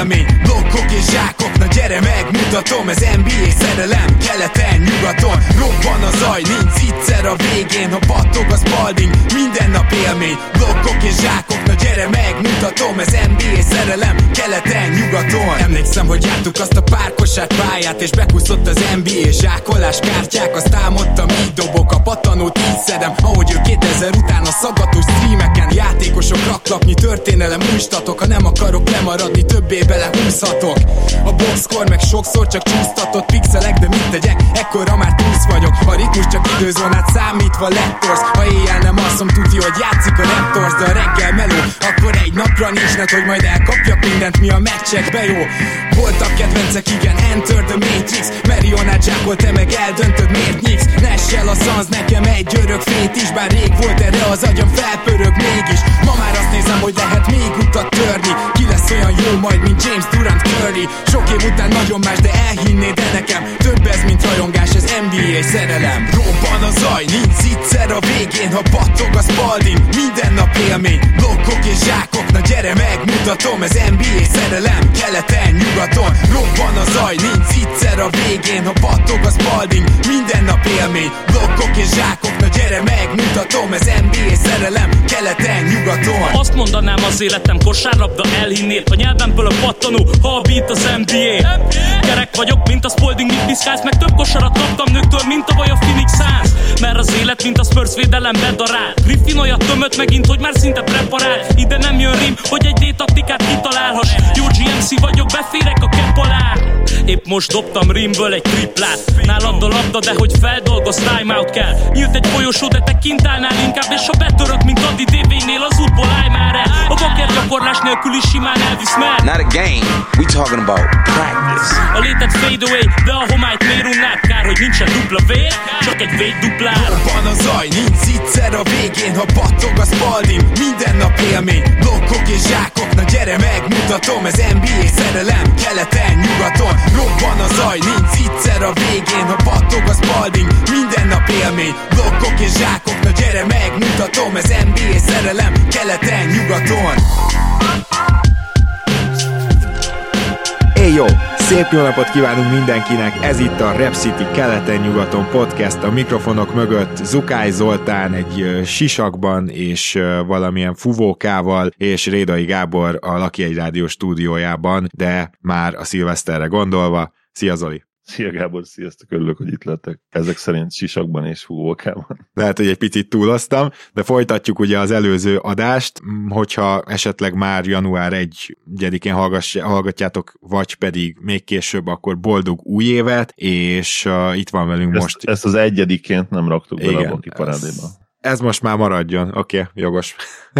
élmény, blokkok és zsákok, na gyere megmutatom, ez NBA szerelem, keleten, nyugaton, robban a zaj, nincs egyszer a végén, ha battog a Spalding, minden nap élmény, blokkok és zsákok, na gyere megmutatom, ez NBA szerelem, keleten, nyugaton. Emlékszem, hogy jártuk azt a párkosát pályát, és bekúszott az NBA zsákolás kártyák, azt támadtam, így dobok a pattanót, így szedem, ahogy ő 2000 után a szaggatós streameken, játékosok, raklapnyi történelem, újstatok, ha nem akarok lemaradni, többé belehúzhatok. A boxkor meg sokszor csak csúsztatott pixelek, de mit tegyek, ekkora már túsz vagyok. A ritmus csak időzónát számítva lettorsz, ha éjjel nem alszom, tudja, hogy játszik a Raptors, de a reggel meló, akkor egy napra nincs net, hogy majd elkapjak mindent, mi a meccsekbe jó. Voltak kedvencek, igen, Enter the Matrix, Marionát zsákol, te meg eldöntöd, miért nyíksz. Nessel a szansz, nekem egy örök fét is, bár rég volt erre az agyam, felpörög mégis. Ma már azt nézem, hogy lehet még utat törni, ki lesz olyan jó majd, mint James Durant Curry. Sok év után nagyon más, de elhinnéd de nekem, több ez, mint rajongás, ez NBA szerelem. Robban a zaj, nincs egyszer a végén, ha battog a Spalding, minden nap élmény, blokkok és zsákok, na gyere megmutatom, ez NBA szerelem, keleten, nyugaton, robban a zaj, nincs egyszer a végén, ha battog a Spalding, minden nap élmény, blokkok és zsákok, na gyere megmutatom, ez NBA szerelem, keleten, nyugaton. Azt mondanám az életem, kosárlabda elhinnéd, a nyelvemből a pattanó, ha a beat az NBA. Gyerek vagyok, mint a Spalding, mit piszkálsz, meg több kosarat kaptam nőktől, mint tavaly a Phoenix Suns. Mert az élet, mint a Spurs védelem bedarál. Griffin olyat tömött megint, hogy már szinte preparál. Ide nem jön rim, hogy egy D-taktikát kitalálhass. Jó GMC vagyok, beférek a kepp alá. Épp most dobtam rimből egy triplát. Nálad a labda, de hogy feldolgoz, timeout kell. Nyílt egy folyosó, de te kint állnál inkább, és ha betörök, mint Adi DV-nél, az útból állj már el. A bakker gyakorlás nélkül is simán elvisz meg. Not a game, we talking about practice. A létet fade away, de a homályt miért unnád? Kár, hogy nincsen dupla V, csak egy V duplár. Robban a zaj, nincs egyszer a végén, ha battog a Spalding, minden nap élmény, blokkok és zsákok, na gyere megmutatom, ez NBA szerelem, keleten, nyugaton. Robban a zaj, nincs egyszer a végén, ha battog a Spalding, minden nap élmény, blokkok és zsákok, na gyere megmutatom, ez NBA szerelem, keleten, nyugaton. Jó! Szép jó napot kívánunk mindenkinek! Ez itt a Rap City keleten-nyugaton podcast, a mikrofonok mögött Zukály Zoltán egy sisakban és valamilyen fuvókával, és Rédai Gábor a Laki egy rádió stúdiójában, de már a szilveszterre gondolva. Szia Zoli! Szia Gábor, sziasztok, örülök, hogy itt lettek. Ezek szerint sisakban és fúvókában. Lehet, hogy egy picit túloztam, de folytatjuk ugye az előző adást, hogyha esetleg már január 1-én hallgatjátok, vagy pedig még később, akkor boldog új évet, és itt van velünk most. Ezt az 1-ként nem raktuk bele a Baki parádéba. Ez most már maradjon, oké, jogos.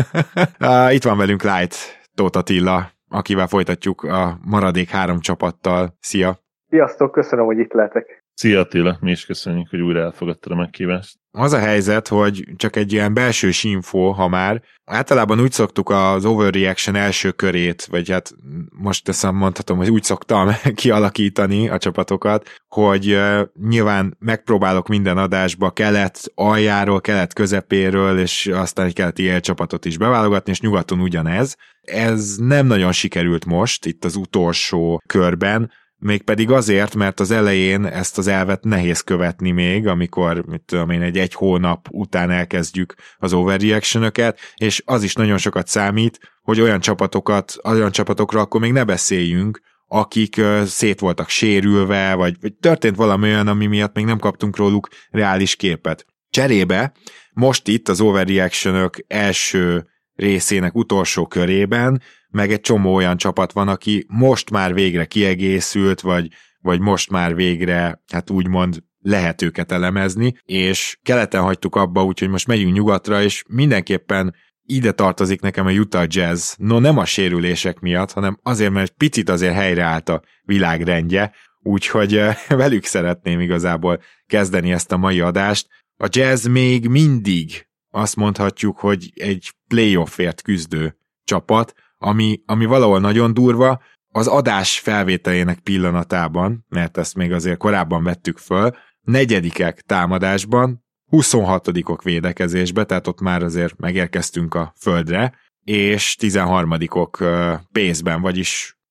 Itt van velünk Light Tóth Attila, akivel folytatjuk a maradék 3 csapattal. Szia! Sziasztok, köszönöm, hogy itt lehetek. Szia Attila, mi is köszönjük, hogy újra elfogadtad a meghívást. Az a helyzet, hogy csak egy ilyen belsős info, ha már. Általában úgy szoktuk az Overreaction első körét, vagy hát most teszem mondhatom, hogy úgy szoktam kialakítani a csapatokat, hogy nyilván megpróbálok minden adásba kelet aljáról, kelet közepéről, és aztán egy keleti élcsapatot is beválogatni, és nyugaton ugyanez. Ez nem nagyon sikerült most, itt az utolsó körben, mégpedig azért, mert az elején ezt az elvet nehéz követni még, amikor, mit tudom én, egy hónap után elkezdjük az overreaction-öket, és az is nagyon sokat számít, hogy olyan csapatokra akkor még ne beszéljünk, akik szét voltak sérülve, vagy történt valami olyan, ami miatt még nem kaptunk róluk reális képet. Cserébe most itt az overreaction-ök első részének utolsó körében meg egy csomó olyan csapat van, aki most már végre kiegészült, vagy most már végre, hát úgymond lehet őket elemezni, és keleten hagytuk abba, úgyhogy most megyünk nyugatra, és mindenképpen ide tartozik nekem a Utah Jazz, no nem a sérülések miatt, hanem azért, mert egy picit azért helyreállt a világrendje, úgyhogy velük szeretném igazából kezdeni ezt a mai adást. A Jazz még mindig azt mondhatjuk, hogy egy playoffért küzdő csapat, ami valahol nagyon durva, az adás felvételének pillanatában, mert ezt még azért korábban vettük föl, 4. támadásban, 26. védekezésbe, tehát ott már azért megérkeztünk a földre, és 13. pace-ben, vagyis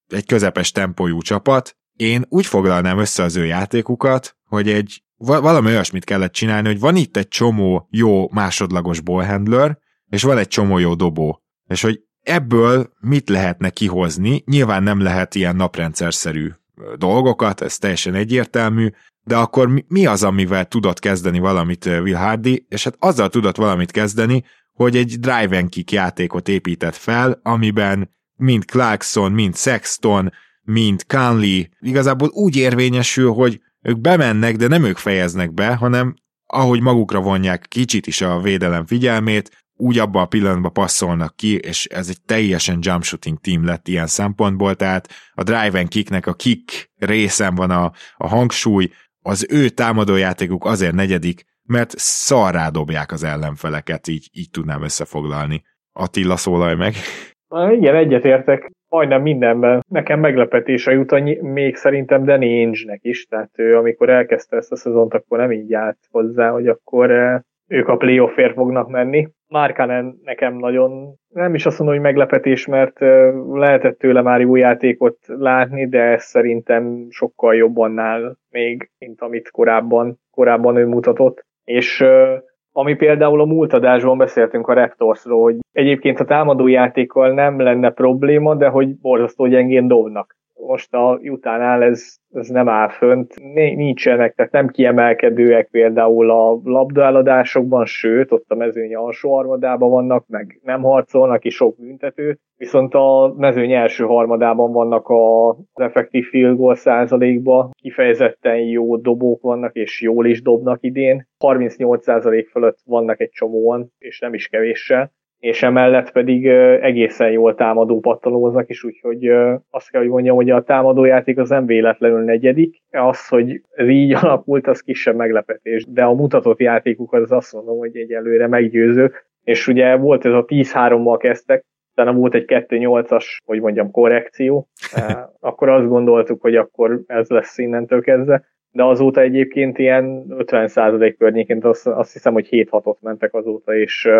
egy közepes tempójú csapat. Én úgy foglalnám össze az ő játékukat, hogy valami olyasmit kellett csinálni, hogy van itt egy csomó jó másodlagos ballhandler, és van egy csomó jó dobó. És hogy ebből mit lehetne kihozni, nyilván nem lehet ilyen naprendszerszerű dolgokat, ez teljesen egyértelmű, de akkor mi az, amivel tudott kezdeni valamit Will Hardy, és hát azzal tudott valamit kezdeni, hogy egy drive and kick játékot épített fel, amiben mind Clarkson, mind Sexton, mind Conley igazából úgy érvényesül, hogy ők bemennek, de nem ők fejeznek be, hanem ahogy magukra vonják kicsit is a védelem figyelmét, úgy abban a pillanatban passzolnak ki, és ez egy teljesen jump shooting team lett ilyen szempontból, tehát a drive and kicknek a kick részen van a hangsúly, az ő támadójátékuk azért negyedik, mert szarrá dobják az ellenfeleket, így tudnám összefoglalni. Attila, szólalj meg! Igen, egyetértek majdnem mindenben. Nekem meglepetésre jut még szerintem Danny Ainge-nek is, tehát ő amikor elkezdte ezt a szezont, akkor nem így állt hozzá, hogy akkor ők a playoffért fognak menni. Markkanen nekem nagyon, nem is azt mondom, hogy meglepetés, mert lehetett tőle már jó játékot látni, de ez szerintem sokkal jobban áll még, mint amit korábban ő mutatott. És ami például a múlt adásban beszéltünk a Raptorsról, hogy egyébként a támadójátékkal nem lenne probléma, de hogy borzasztó gyengén dobnak. Most a Utah-nál ez nem áll fönt, nincsenek, tehát nem kiemelkedőek például a labdaeladásokban, sőt, ott a mezőny alsó harmadában vannak, meg nem harcolnak, és sok büntető, viszont a mezőny első harmadában vannak az effektív field goal százalékban, kifejezetten jó dobók vannak, és jól is dobnak idén, 38% fölött vannak egy csomóan, és nem is kevéssel, és emellett pedig egészen jól támadó pattanóznak is, úgyhogy azt kell, hogy mondjam, hogy a támadójáték az nem véletlenül negyedik. Az, hogy ez így alakult, az kisebb meglepetés, de a mutatott játékuk az azt mondom, hogy egyelőre meggyőző, és ugye volt ez a 10-3-mal kezdtek, utána volt egy 2-8-as, hogy mondjam, korrekció, akkor azt gondoltuk, hogy akkor ez lesz innentől kezdve, de azóta egyébként ilyen 50% környékén, azt hiszem, hogy 7-6-ot mentek azóta,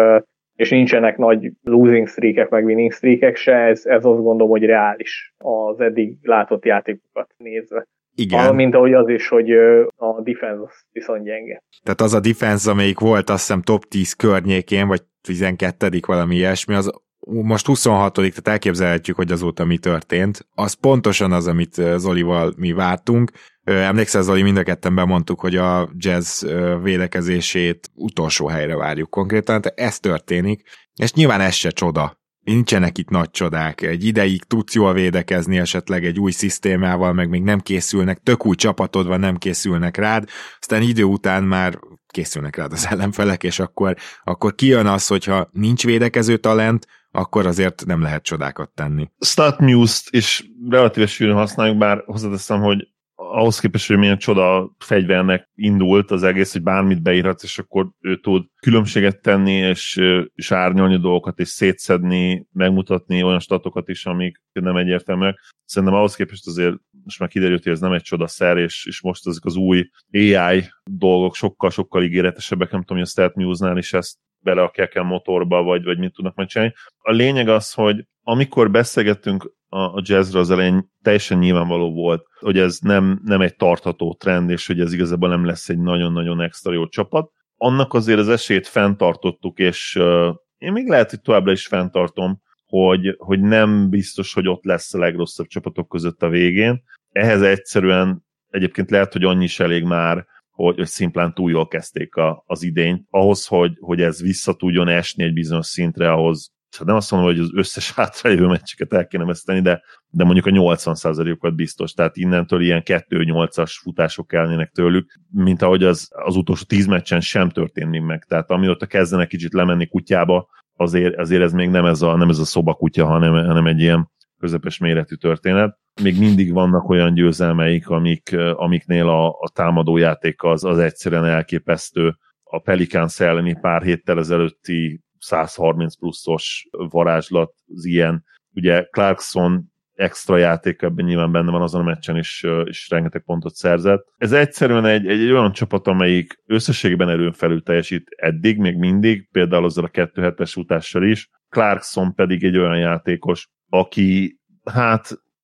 és nincsenek nagy losing streakek, meg winning streakek se, ez azt gondolom, hogy reális az eddig látott játékokat nézve. Igen. Mint ahogy az is, hogy a defense viszont gyenge. Tehát az a defense, amelyik volt azt hiszem top 10 környékén, vagy 12. valami ilyesmi, az most 26. tehát elképzelhetjük, hogy azóta mi történt. Az pontosan az, amit Zolival mi vártunk. Emlékszel, Zoli, mind a ketten bemondtuk, hogy a Jazz védekezését utolsó helyre várjuk konkrétan, tehát ez történik, és nyilván ez se csoda. Nincsenek itt nagy csodák. Egy ideig tudsz jól védekezni esetleg egy új szisztémával, meg még nem készülnek, tök új csapatod van, nem készülnek rád, aztán idő után már készülnek rád az ellenfelek, és akkor kijön az, hogyha nincs védekező talent, akkor azért nem lehet csodákat tenni. StatMuse-t is relatíve sűrűn használjuk, bár hozzáteszem, hogy ahhoz képest, hogy milyen csoda fegyvernek indult az egész, hogy bármit beírhatsz, és akkor ő tud különbséget tenni, és árnyalni dolgokat, és szétszedni, megmutatni olyan statokat is, amik nem egyértelműek. Szerintem ahhoz képest azért most már kiderült, hogy ez nem egy csodaszer, és most ezek az új AI dolgok sokkal-sokkal ígéretesebbek, nem tudom, hogy a StatMuse-nál is ezt beleakják el motorba, vagy mit tudnak megcsinálni. A lényeg az, hogy amikor beszélgettünk a jazzre az elején, teljesen nyilvánvaló volt, hogy ez nem egy tartható trend, és hogy ez igazából nem lesz egy nagyon-nagyon extra jó csapat. Annak azért az esélyt fenntartottuk, és én még lehet, hogy továbbra is fenntartom, hogy nem biztos, hogy ott lesz a legrosszabb csapatok között a végén. Ehhez egyszerűen egyébként lehet, hogy annyi is elég már, hogy szimplán túl jól kezdték az idényt. Ahhoz, hogy ez vissza tudjon esni egy bizonyos szintre, ahhoz nem azt mondom, hogy az összes hátralévő meccseket el kéne veszteni, de mondjuk a 80%-okat biztos. Tehát innentől ilyen 2-8-as futások kellnének tőlük, mint ahogy az utolsó 10 meccsen sem történt még meg. Tehát amióta kezdenek kicsit lemenni kutyába, azért ez még nem ez a szobakutya, hanem egy ilyen közepes méretű történet. Még mindig vannak olyan győzelmeik, amiknél a támadójáték az egyszerűen elképesztő. A Pelicans elleni pár héttel ezelőtti 130 pluszos varázslat, az ilyen. Ugye Clarkson extra játék ebben nyilván benne van, azon a meccsen is rengeteg pontot szerzett. Ez egyszerűen egy olyan csapat, amelyik összességében erőn felül teljesít eddig, még mindig, például azzal a 2-7-es utással is. Clarkson pedig egy olyan játékos, aki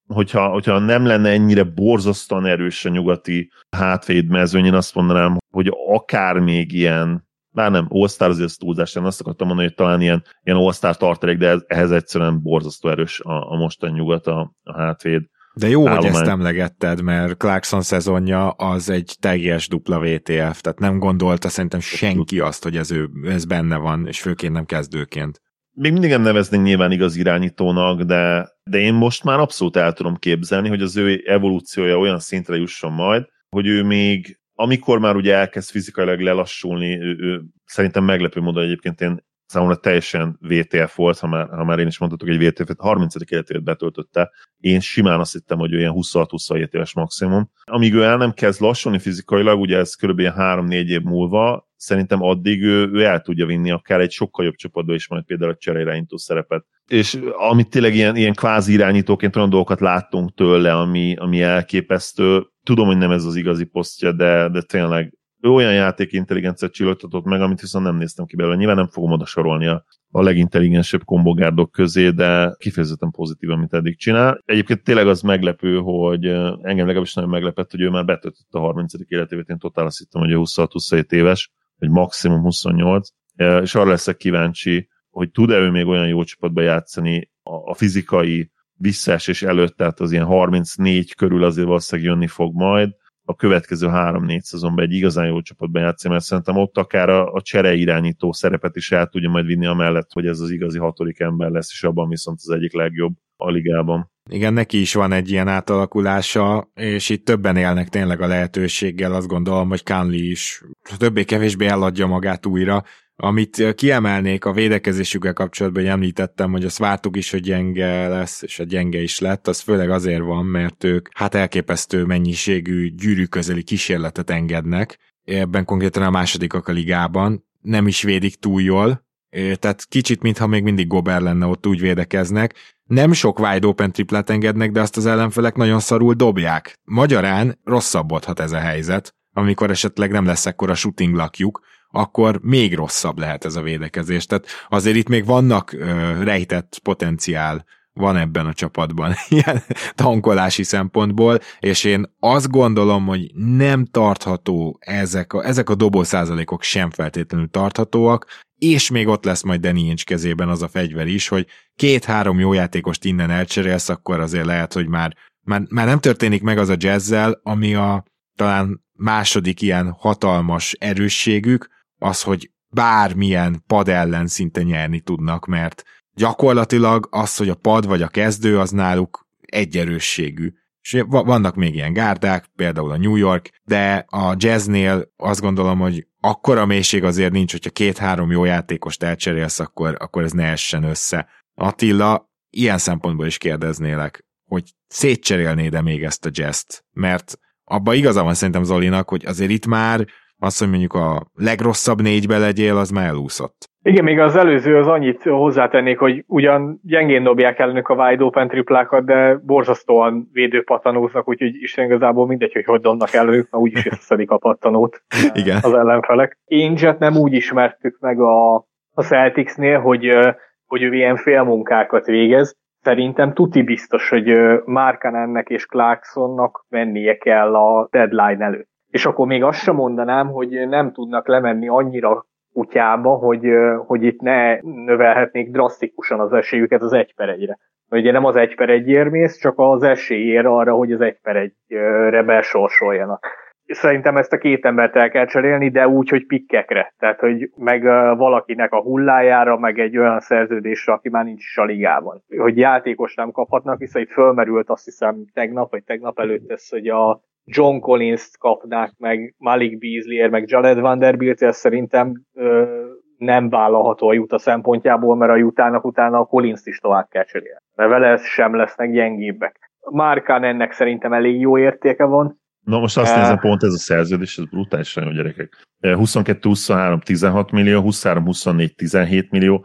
hogyha nem lenne ennyire borzasztóan erős a nyugati hátvédmezőny, én azt mondanám, hogy akár még ilyen, már nem, All-Star azért túlzás, én azt akartam mondani, hogy talán ilyen All-Star tartalék, de ehhez egyszerűen borzasztó erős a mostani nyugat a hátvéd. De jó, állomány. Hogy ezt emlegetted, mert Clarkson szezonja az egy teljes dupla VTF, tehát nem gondolta szerintem senki azt, hogy ez benne van, és főként nem kezdőként. Még mindig nem neveznénk nyilván igaz irányítónak, de én most már abszolút el tudom képzelni, hogy az ő evolúciója olyan szintre jusson majd, hogy ő még, amikor már ugye elkezd fizikailag lelassulni, ő szerintem meglepő módon egyébként én számomra teljesen VTF volt, ha már én is mondhatok egy VTF-et, 30. életévet betöltötte. Én simán azt hittem, hogy olyan 26-27 éves maximum. Amíg ő el nem kezd lassulni fizikailag, ugye ez kb. 3-4 év múlva, szerintem addig ő el tudja vinni akár egy sokkal jobb csapatba is majd például a csereirányító szerepet. És amit tényleg ilyen kvázi irányítóként olyan dolgokat láttunk tőle, ami elképesztő. Tudom, hogy nem ez az igazi posztja, de tényleg ő olyan játékintelligenciát csillogtatott meg, amit viszont nem néztem ki belőle. Nyilván nem fogom oda sorolni a legintelligensebb kombogárdok közé, de kifejezetten pozitív, amit eddig csinál. Egyébként tényleg az meglepő, hogy engem legalábbis nagyon meglepett, hogy ő már betöltötte a 30. életévet, én totál azt hittem, hogy 26-27 éves, vagy maximum 28, és arra leszek kíváncsi, hogy tud-e ő még olyan jó csapatba játszani a fizikai visszaesés előtt, tehát az ilyen 34 körül azért valószínűleg jönni fog majd, a következő 3-4 szezonban egy igazán jó csapatban játszik, mert szerintem ott akár a csereirányító szerepet is el tudja majd vinni amellett, hogy ez az igazi 6. ember lesz, és abban viszont az egyik legjobb a ligában. Igen, neki is van egy ilyen átalakulása, és itt többen élnek tényleg a lehetőséggel, azt gondolom, hogy Conley is többé-kevésbé eladja magát újra. Amit kiemelnék a védekezésükkel kapcsolatban, hogy említettem, hogy azt vártuk is, hogy gyenge lesz, és a gyenge is lett, az főleg azért van, mert ők elképesztő mennyiségű gyűrű közeli kísérletet engednek, ebben konkrétan a másodikak a ligában, nem is védik túl jól, tehát kicsit, mintha még mindig Gobert lenne, ott úgy védekeznek. Nem sok wide open triplát engednek, de azt az ellenfelek nagyon szarul dobják. Magyarán rosszabbodhat ez a helyzet, amikor esetleg nem lesz ekkora shooting luckjuk, akkor még rosszabb lehet ez a védekezés. Tehát azért itt még vannak rejtett potenciál van ebben a csapatban, ilyen tankolási szempontból, és én azt gondolom, hogy nem tartható ezek a dobószázalékok sem feltétlenül tarthatóak, és még ott lesz majd Danny Ainge kezében az a fegyver is, hogy 2-3 jó játékost innen elcserélsz, akkor azért lehet, hogy már nem történik meg az a Jazzel, ami a talán második ilyen hatalmas erősségük, az, hogy bármilyen pad ellen szinte nyerni tudnak, mert gyakorlatilag az, hogy a pad vagy a kezdő, az náluk egy erősségű. És vannak még ilyen gárdák, például a New York, de a Jazznél azt gondolom, hogy akkora mélység azért nincs, hogyha 2-3 jó játékost elcserélsz, akkor ez ne essen össze. Attila, ilyen szempontból is kérdeznélek, hogy szétcserélnéd-e még ezt a Jazzt? Mert abban igaza van szerintem Zolinak, hogy azért itt már az, hogy mondjuk a legrosszabb 4-be legyél, az már elúszott. Igen, még az előző az annyit hozzátennék, hogy ugyan gyengén dobják ellenük a wide open triplákat, de borzasztóan védőpattanóznak, úgyhogy Isten igazából mindegy, hogy dobnak ellenük, mert úgyis összeszedik a pattanót az ellenfelek. Ainge-et nem úgy ismertük meg a Celticsnél, hogy ő ilyen félmunkákat végez. Szerintem tuti biztos, hogy Markkanennek és Clarksonnak mennie kell a deadline előtt. És akkor még azt sem mondanám, hogy nem tudnak lemenni annyira kutyába, hogy itt ne növelhetnék drasztikusan az esélyüket az 1/1-re. Ugye nem az 1/1-ért mész, csak az esélyért arra, hogy az 1/1-re besorsoljanak. Szerintem ezt a két embert el kell cserélni, de úgy, hogy pikkekre. Tehát, hogy meg valakinek a hullájára, meg egy olyan szerződésre, aki már nincs is a ligában. Hogy játékos nem kaphatnak, hiszen itt fölmerült azt hiszem tegnap előtt ez, hogy a John Collins-t kapnák, meg Malik Beasley-ért, meg Jared Vanderbilt, ez szerintem nem vállalható a Utah szempontjából, mert a Utahnak utána a Collins-t is tovább kell cserélni. Mert vele sem lesznek gyengébbek. Markkanennek szerintem elég jó értéke van. Na most azt nézem, pont ez a szerződés, ez brutálisan jó, gyerekek. 22-23 16 millió, 23-24 17 millió,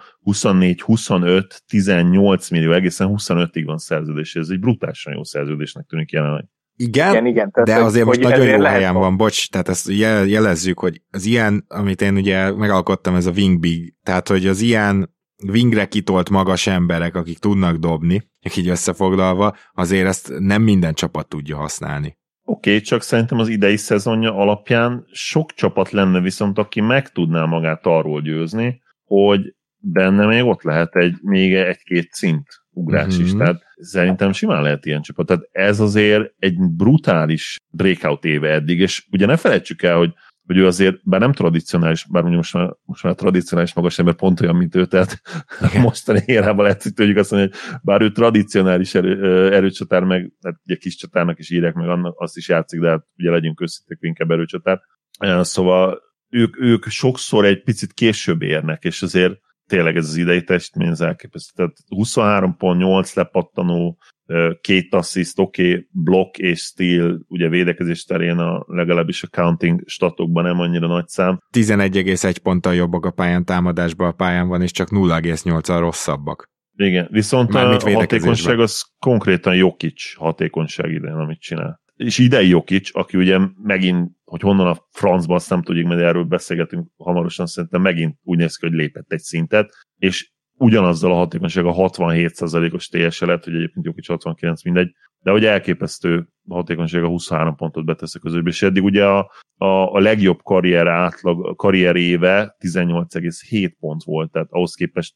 24-25 18 millió, egészen 25-ig van szerződés. Ez egy brutálisan jó szerződésnek tűnik jelenleg. Igen, de azért most nagyon jó helyen van, bocs, tehát ezt jelezzük, hogy az ilyen, amit én ugye megalkottam, ez a wing big, tehát hogy az ilyen wingre kitolt magas emberek, akik tudnak dobni, így összefoglalva, azért ezt nem minden csapat tudja használni. Oké, csak szerintem az idei szezonja alapján sok csapat lenne viszont, aki meg tudná magát arról győzni, hogy benne még ott lehet még egy-két szint ugrás is, tehát szerintem simán lehet ilyen csapat. Tehát ez azért egy brutális breakout éve eddig, és ugye ne felejtsük el, hogy ő azért, bár nem tradicionális, bár most már tradicionális magas ember pont olyan, mint ő, tehát mostani érában lehet, hogy tudjuk azt mondani, hogy bár ő tradicionális erőcsatár, meg hát ugye kis csatárnak is írják, meg azt is játszik, de hát ugye legyünk őszinték, inkább erőcsatár. Szóval ők sokszor egy picit később érnek, és azért tényleg ez az idei teljesítmény az elképesztő. Tehát 23.8 lepattanó, 2 assziszt, blokk és steal, ugye védekezés terén legalábbis a counting statokban nem annyira nagy szám. 11,1 ponttal jobbak a pályán, támadásban a pályán van, és csak 0,8-al rosszabbak. Igen, viszont a hatékonyság az konkrétan Jokic hatékonyság idején, amit csinál. És idei Jokic, aki ugye megint, hogy honnan a francban, azt nem tudjuk, mert erről beszélgetünk hamarosan, szerintem megint úgy néz ki, hogy lépett egy szintet, és ugyanazzal a hatékonyság a 67%-os TS-e lett, hogy egyébként Jokic 69, mindegy, de hogy elképesztő hatékonyság a 23 pontot betesz a közösbe, és eddig ugye a legjobb karrier éve 18,7 pont volt, tehát ahhoz képest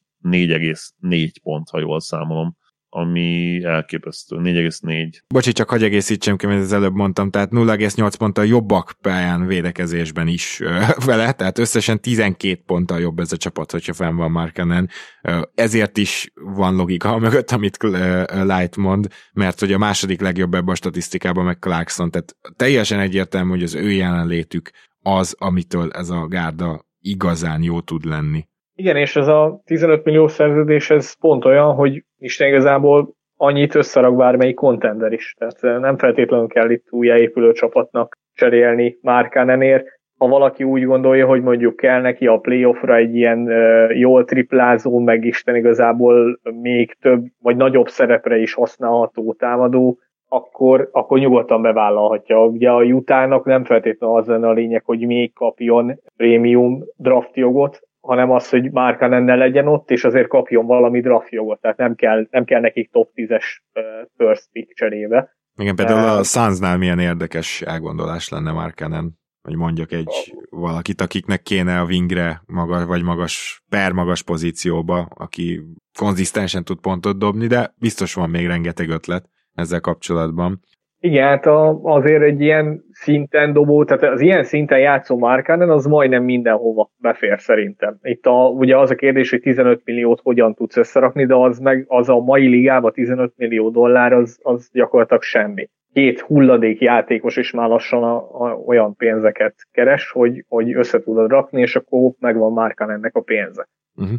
4,4 pont, ha jól számolom, ami elképesztő, 4,4. Bocsi, csak hagyj egészítsem ki, amit az előbb mondtam, tehát 0,8 ponttal jobbak pályán védekezésben is vele, tehát összesen 12 ponttal jobb ez a csapat, hogyha fenn van Markkanen. Ezért is van logika mögött, amit Light mond, mert hogy a második legjobb ebben a statisztikában meg Clarkson, tehát teljesen egyértelmű, hogy az ő jelenlétük az, amitől ez a gárda igazán jó tud lenni. Igen, és ez a 15 millió szerződés, ez pont olyan, hogy Isten igazából annyit összerak bármelyik contender is. Tehát nem feltétlenül kell itt újjáépülő csapatnak cserélni Markkanenért. Ha valaki úgy gondolja, hogy mondjuk kell neki a playoffra egy ilyen jól triplázó, meg Isten igazából még több, vagy nagyobb szerepre is használható támadó, akkor nyugodtan bevállalhatja. Ugye a Utahnak nem feltétlenül az lenne a lényeg, hogy még kapjon prémium draftjogot, hanem az, hogy Markkanennel legyen ott, és azért kapjon valami draftjogot, tehát nem kell nekik top 10-es first pick cserébe. Igen, például a Sunsnál milyen érdekes elgondolás lenne Markkanen, hogy mondjak valakit, akiknek kéne a wingre vagy magas pozícióba, aki konzisztensen tud pontot dobni, de biztos van még rengeteg ötlet ezzel kapcsolatban. Igen, hát azért egy ilyen szinten dobó, tehát az ilyen szinten játszó Markkanen az majdnem mindenhova befér szerintem. Itt ugye az a kérdés, hogy 15 milliót hogyan tudsz összerakni, de az a mai ligában 15 millió dollár az gyakorlatilag semmi. 2 hulladék játékos is már lassan olyan pénzeket keres, hogy össze tudod rakni, és akkor megvan Markkanennek a pénze.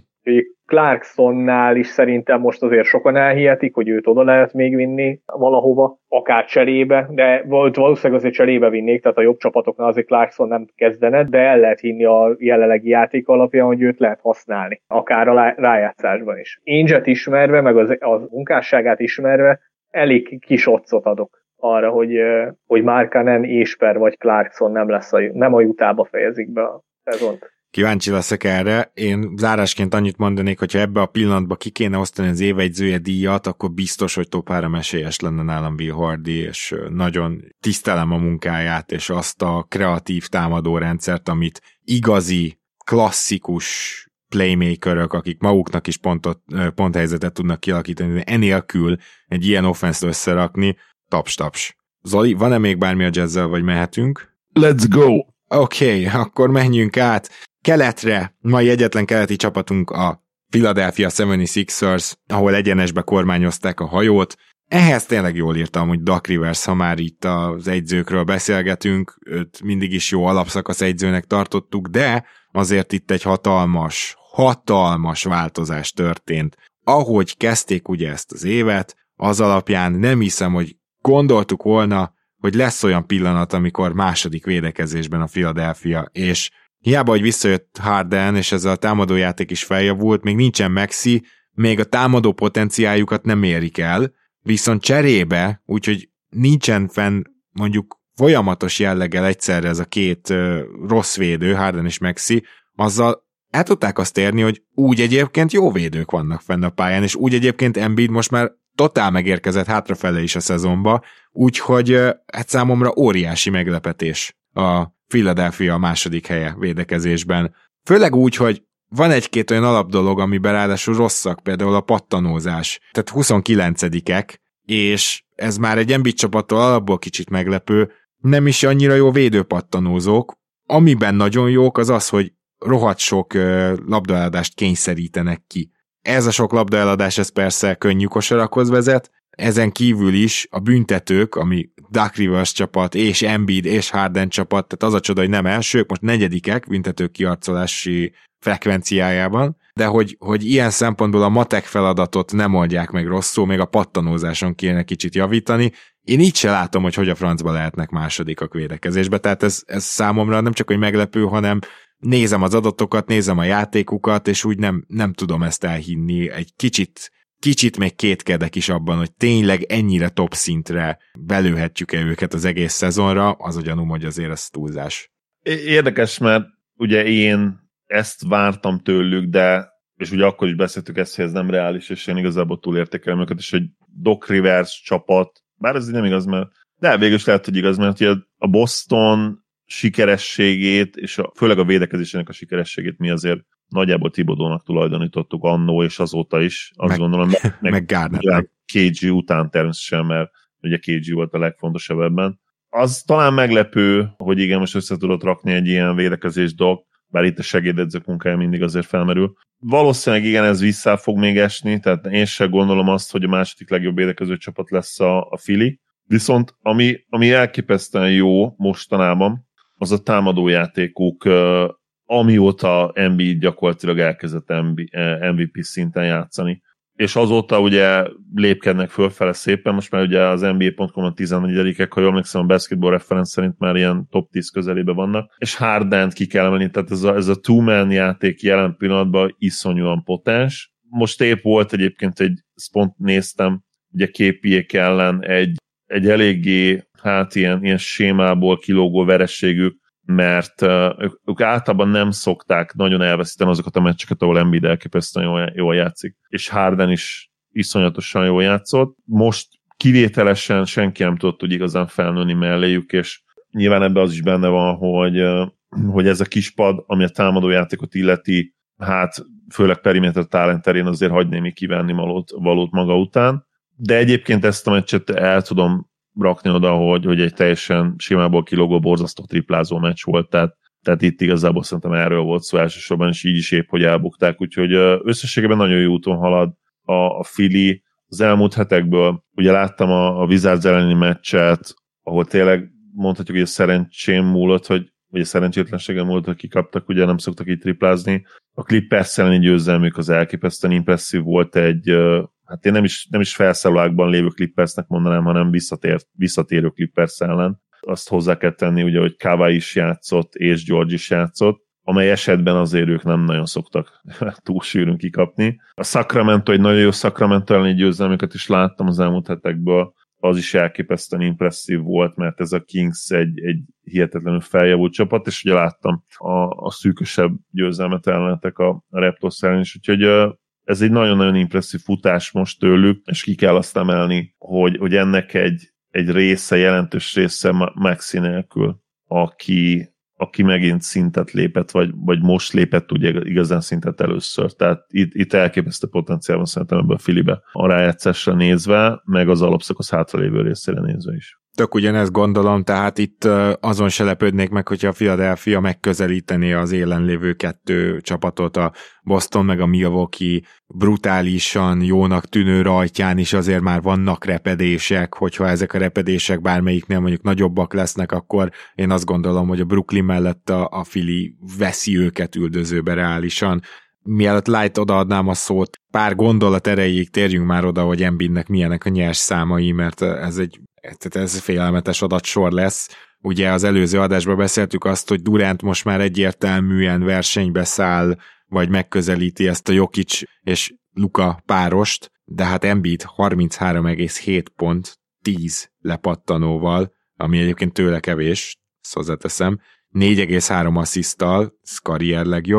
Clarksonnál is szerintem most azért sokan elhihetik, hogy őt oda lehet még vinni valahova, akár cserébe, de valószínűleg azért cserébe vinnék, tehát a jobb csapatoknál azért Clarkson nem kezdene, de el lehet hinni a jelenlegi játék alapján, hogy őt lehet használni, akár a rájátszásban is. Ainge-et ismerve, meg az munkásságát ismerve, elég kis otcot adok arra, hogy Markkanen, Esper vagy Clarkson nem a Utahba fejezik be a szezont. Kíváncsi leszek erre. Én zárásként annyit mondanék, hogyha ebbe a pillanatban ki kéne osztani az évegyzője díjat, akkor biztos, hogy top 3 esélyes lenne nálam Will Hardy, és nagyon tisztelem a munkáját, és azt a kreatív támadórendszert, amit igazi, klasszikus playmakerök, akik maguknak is ponthelyzetet tudnak kialakítani, de enélkül egy ilyen offense összerakni, taps. Zoli, van-e még bármi a Jazzel, vagy mehetünk? Let's go! Oké, akkor menjünk át keletre. Mai egyetlen keleti csapatunk a Philadelphia 76ers, ahol egyenesbe kormányozták a hajót. Ehhez tényleg jól írtam, hogy Doc Rivers, ha már itt az egyzőkről beszélgetünk, őt mindig is jó alapszakasz egyzőnek tartottuk, de azért itt egy hatalmas változás történt. Ahogy kezdték ugye ezt az évet, az alapján nem hiszem, hogy gondoltuk volna, hogy lesz olyan pillanat, amikor második védekezésben a Philadelphia, és hiába, hogy visszajött Harden, és ezzel a támadójáték is feljavult, még nincsen Maxi, még a támadó potenciáljukat nem érik el, viszont cserébe, úgyhogy nincsen fenn mondjuk folyamatos jelleggel egyszerre ez a két rossz védő, Harden és Maxi, azzal el tudták azt érni, hogy úgy egyébként jó védők vannak fenn a pályán, és úgy egyébként Embiid most már totál megérkezett hátrafele is a szezonba, úgyhogy hát számomra óriási meglepetés a Philadelphia második helye védekezésben. Főleg úgy, hogy van egy-két olyan alapdolog, amiben ráadásul rosszak, például a pattanózás. Tehát 29-ek, és ez már egy Embiid csapattól alapból kicsit meglepő, nem is annyira jó védőpattanózók. Amiben nagyon jók az az, hogy rohadt sok labdaeladást kényszerítenek ki. Ez a sok labdaeladás, ez persze könnyű kosarakhoz vezet, ezen kívül is a büntetők, ami Doc Rivers csapat, és Embiid, és Harden csapat, tehát az a csoda, hogy nem elsők, most negyedikek büntetők kiarcolási frekvenciájában, de hogy ilyen szempontból a matek feladatot nem oldják meg rosszul, még a pattanózáson kéne kicsit javítani. Én így se látom, hogy a francba lehetnek másodikak védekezésbe, tehát ez számomra nem csak hogy meglepő, hanem nézem az adatokat, nézem a játékukat, és úgy nem tudom ezt elhinni. Egy kicsit még kétkedek is abban, hogy tényleg ennyire top szintre belőhetjük-e őket az egész szezonra, az a gyanúm, hogy azért ez túlzás. Érdekes, mert ugye én ezt vártam tőlük, de és ugye akkor is beszéltük ezt, hogy ez nem reális, és én igazából túlértékelem őket, és egy Doc Rivers csapat, bár ez így nem igaz, de végül is lehet, hogy igaz, mert ugye a Boston sikerességét, és főleg a védekezésének a sikerességét mi azért nagyjából Thibodeaunak tulajdonítottuk annó, és azóta is, azt gondolom, meg KG után természetesen, mert ugye KG volt a legfontosabb ebben. Az talán meglepő, hogy igen, most össze tudott rakni egy ilyen védekezés Doc, bár itt a segédedzők munkája mindig azért felmerül. Valószínűleg igen, ez vissza fog még esni, tehát én sem gondolom azt, hogy a második legjobb védekező csapat lesz a Philly. Viszont ami elképesztően jó mostanában, az a támadójátékuk, amióta Embiid gyakorlatilag elkezdett MVP szinten játszani. És azóta ugye lépkednek fölfele szépen, most már ugye az NBA.com-on 14-ek, ha jól emlékszem, a Basketball Reference szerint már ilyen top 10 közelébe vannak, és Hardent ki kell emelni, tehát ez a two-man játék jelen pillanatban iszonyúan potens. Most épp volt egyébként pont néztem, ugye KPA-k ellen egy eléggé, hát ilyen sémából kilógó vereségük, mert ők általában nem szokták nagyon elveszíteni azokat a meccseket, ahol Embiid elképesztően jól játszik. És Harden is iszonyatosan jól játszott. Most kivételesen senki nem tudott úgy igazán felnőni melléjük, és nyilván ebben az is benne van, hogy ez a kispad, ami a támadójátékot illeti, hát főleg perimeter talent terén azért hagy némi kivenni valót maga után. De egyébként ezt a meccset el tudom rakni oda, hogy egy teljesen simából kilógó, borzasztó triplázó meccs volt, tehát itt igazából szerintem erről volt szó elsősorban, és így is épp, hogy elbukták, úgyhogy összességében nagyon jó úton halad a Philly. Az elmúlt hetekből ugye láttam a Wizards elleni meccset, ahol tényleg mondhatjuk, hogy a szerencsém múlott, vagy a szerencsétlenségen múlott, hogy kikaptak, ugye nem szoktak így triplázni. A Clippers elleni győzelmük az elképesztően impresszív volt, hát én nem is felszállákban lévő Clippersnek mondanám, hanem visszatérő Clippers ellen. Azt hozzá kell tenni, ugye, hogy Kawhi is játszott, és George is játszott, amely esetben azért ők nem nagyon szoktak túl sűrűn kikapni. A Sacramento, egy nagyon jó Sacramento elleni győzelmüket is láttam az elmúlt hetekből, az is elképesztően impresszív volt, mert ez a Kings egy hihetetlenül feljavult csapat, és ugye láttam a szűkösebb győzelmet ellenetek a Raptors ellen is, úgyhogy ez egy nagyon-nagyon impresszív futás most tőlük, és ki kell azt emelni, hogy ennek egy része, jelentős része Maxi nélkül, aki megint szintet lépett, vagy most lépett ugye igazán szintet először. Tehát itt elképesztő potenciál van szerintem ebben a Phillybe a rájátszásra nézve, meg az alapszakasz hátralévő részére nézve is. Tök ugyanezt gondolom, tehát itt azon se lepődnék meg, hogyha a Philadelphia megközelítené az élen lévő kettő csapatot, a Boston meg a Milwaukee brutálisan jónak tűnő rajtján is azért már vannak repedések, hogyha ezek a repedések bármelyiknél mondjuk nagyobbak lesznek, akkor én azt gondolom, hogy a Brooklyn mellett a Philly veszi őket üldözőbe reálisan. Mielőtt Light odaadnám a szót, pár gondolat erejéig térjünk már oda, hogy Embiidnek milyenek a nyers számai, mert ez félelmetes adatsor lesz. Ugye az előző adásban beszéltük azt, hogy Durant most már egyértelműen versenybe száll, vagy megközelíti ezt a Jokic és Luka párost, de hát Embiid 33,7 pont, 10 lepattanóval, ami egyébként tőle kevés, ezt hozzáteszem, 4,3 assziszttal, ez karrier legjobb,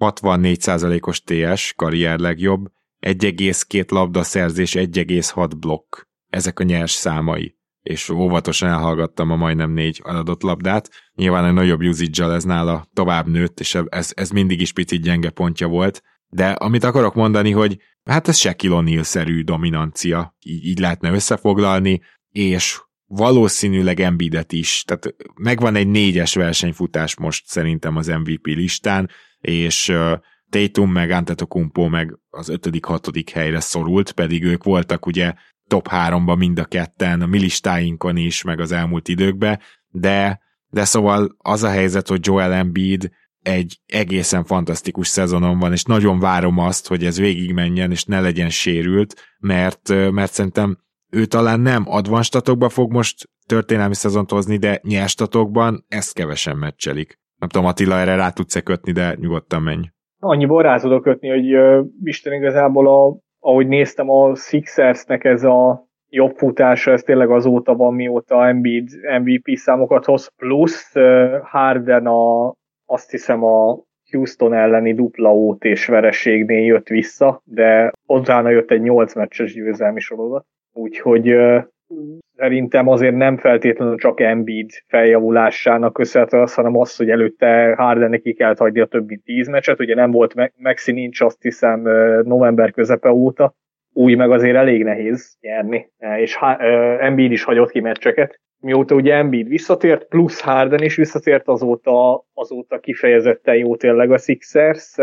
64%-os TS, karrier legjobb, 1,2 labdaszerzés, 1,6 blokk. Ezek a nyers számai. És óvatosan elhallgattam a majdnem 4 adott labdát. Nyilván a nagyobb usage-al ez nála tovább nőtt, és ez mindig is picit gyenge pontja volt. De amit akarok mondani, hogy hát ez Shaquille O'Neal-szerű dominancia, így lehetne összefoglalni, és valószínűleg Embiidet is. Tehát megvan egy 4-es versenyfutás most szerintem az MVP listán, és Tatum meg Antetokounmpo meg az 5.-6. helyre szorult, pedig ők voltak ugye top 3-ban mind a ketten, a mi listáinkon is, meg az elmúlt időkben, de szóval az a helyzet, hogy Joel Embiid egy egészen fantasztikus szezonon van, és nagyon várom azt, hogy ez végigmenjen, és ne legyen sérült, mert szerintem ő talán nem advanced statokba fog most történelmi szezont hozni, de nyers statokban ezt kevesen meccselik. Nem tudom, Attila, erre rá tudsz-e kötni, de nyugodtan menj. Annyiból rá tudok kötni, hogy Isten igazából, ahogy néztem, a Sixersnek ez a jobb futása, ez tényleg azóta van, mióta Embiid MVP számokat hoz, plusz Harden azt hiszem a Houston elleni dupla OT-s vereségnél jött vissza, de utána jött egy 8 meccses győzelmi sorozat. Úgyhogy szerintem azért nem feltétlenül csak Embiid feljavulásának köszönhető az, hanem az, hogy előtte Hardennek ki kellett hagyni a többi 10 meccset, ugye nem volt Maxi nincs, azt hiszem november közepe óta, új meg azért elég nehéz nyerni, és Embiid is hagyott ki meccseket. Mióta ugye Embiid visszatért, plusz Harden is visszatért, azóta kifejezetten jó tényleg a Sixers.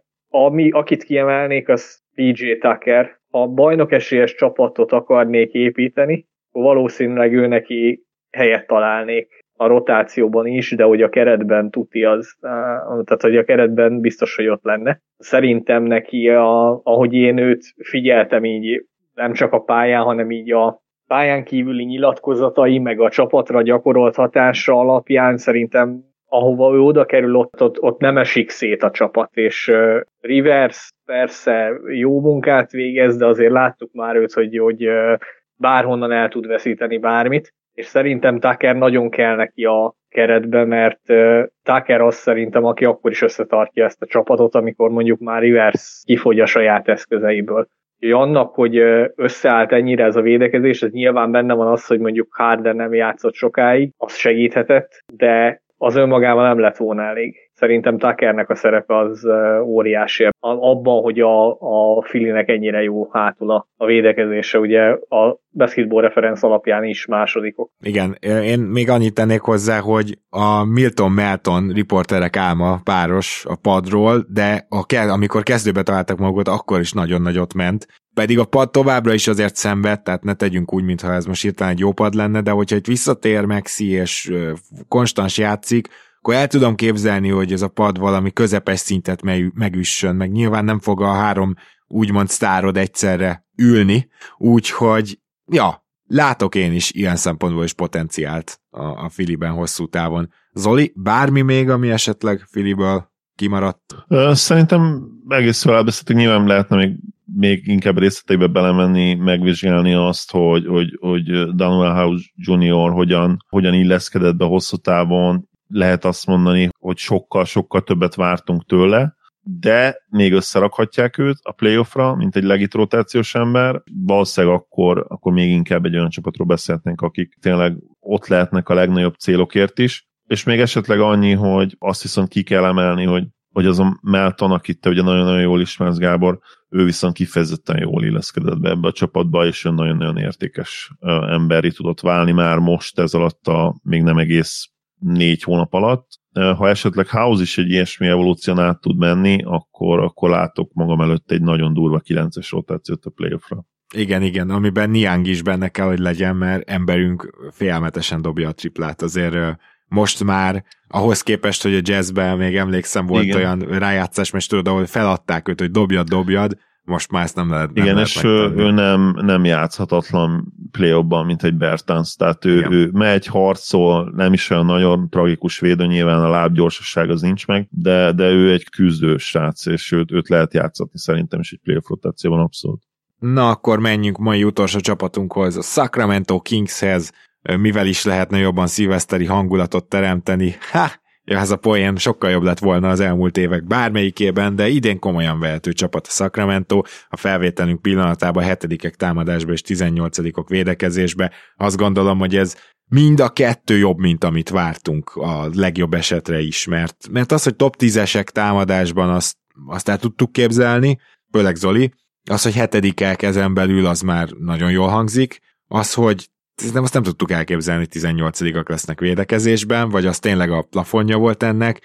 Akit kiemelnék, az PJ Tucker. Ha bajnok esélyes csapatot akarnék építeni, akkor valószínűleg ő neki helyet találnék a rotációban is, de hogy a keretben tuti az, tehát hogy a keretben biztos, hogy ott lenne. Szerintem neki, ahogy én őt figyeltem így, nem csak a pályán, hanem így a pályán kívüli nyilatkozatai, meg a csapatra gyakorolt hatása alapján szerintem ahova ő oda kerül, ott nem esik szét a csapat, és Rivers persze jó munkát végez, de azért láttuk már őt, hogy bárhonnan el tud veszíteni bármit, és szerintem Tucker nagyon kell neki a keretbe, mert Tucker az szerintem, aki akkor is összetartja ezt a csapatot, amikor mondjuk már Rivers kifogy a saját eszközeiből. Úgyhogy annak, hogy összeállt ennyire ez a védekezés, ez nyilván benne van az, hogy mondjuk Harden nem játszott sokáig, az segíthetett, de az önmagában nem lett volna elég. Szerintem Tuckernek a szerepe az óriási. Abban, hogy a Phillynek ennyire jó hátul a védekezése, ugye a Basketball Reference alapján is másodikok. Igen, én még annyit tennék hozzá, hogy a Milton-Melton riporterek álma páros a padról, de amikor kezdőbe találtak magukat, akkor is nagyon nagyot ment. Pedig a pad továbbra is azért szenved, tehát ne tegyünk úgy, mintha ez most hirtelen egy jó pad lenne, de hogyha itt visszatér Maxi és konstans játszik, akkor el tudom képzelni, hogy ez a pad valami közepes szintet megüssön, meg nyilván nem fog a 3 úgymond sztárod egyszerre ülni, úgyhogy látok én is ilyen szempontból is potenciált a Phillyben hosszú távon. Zoli, bármi még, ami esetleg Phillyből kimaradt? Szerintem egész jól elbeszéltük, nyilván lehetne még inkább részleteibe belemenni, megvizsgálni azt, hogy Danuel House Jr. hogyan illeszkedett be hosszú távon. Lehet azt mondani, hogy sokkal többet vártunk tőle, de még összerakhatják őt a playoffra, mint egy legit rotációs ember. Valószínűleg akkor még inkább egy olyan csapatról beszélhetnénk, akik tényleg ott lehetnek a legnagyobb célokért is. És még esetleg annyi, hogy azt viszont ki kell emelni, hogy az a Melton, akit te ugye nagyon-nagyon jól ismersz, Gábor, ő viszont kifejezetten jól illeszkedett be ebbe a csapatba, és ő nagyon-nagyon értékes emberi tudott válni már most ez alatt még nem egész 4 hónap alatt. Ha esetleg House is egy ilyesmi evolúción át tud menni, akkor látok magam előtt egy nagyon durva 9-es rotációt a playoffra. Igen, amiben Niang is benne kell, hogy legyen, mert emberünk félelmetesen dobja a triplát. Azért most már ahhoz képest, hogy a Jazzben még emlékszem, volt olyan rájátszás, mert tudod, ahol feladták őt, hogy dobjad, most már ezt nem lehet. Igen, és ő nem játszhatatlan play-offban, mint egy Bertans, tehát ő megy, harcol, nem is olyan nagyon tragikus védő, nyilván a lábgyorsaság az nincs meg, de ő egy küzdő srác, és őt lehet játszatni szerintem is egy play-off rotációban abszolút. Na, akkor menjünk mai utolsó csapatunkhoz, a Sacramento Kingshez, mivel is lehetne jobban szilveszteri hangulatot teremteni. Ja, ez a poén sokkal jobb lett volna az elmúlt évek bármelyikében, de idén komolyan vehető csapat a Sacramento, a felvételünk pillanatában 7-ek támadásba és 18-ok védekezésbe. Azt gondolom, hogy ez mind a kettő jobb, mint amit vártunk a legjobb esetre is, mert az, hogy top 10-esek támadásban azt el tudtuk képzelni, főleg Zoli, az, hogy 7-ek ezen belül, az már nagyon jól hangzik, az, hogy azt nem tudtuk elképzelni, hogy 18-ak lesznek védekezésben, vagy az tényleg a plafonja volt ennek,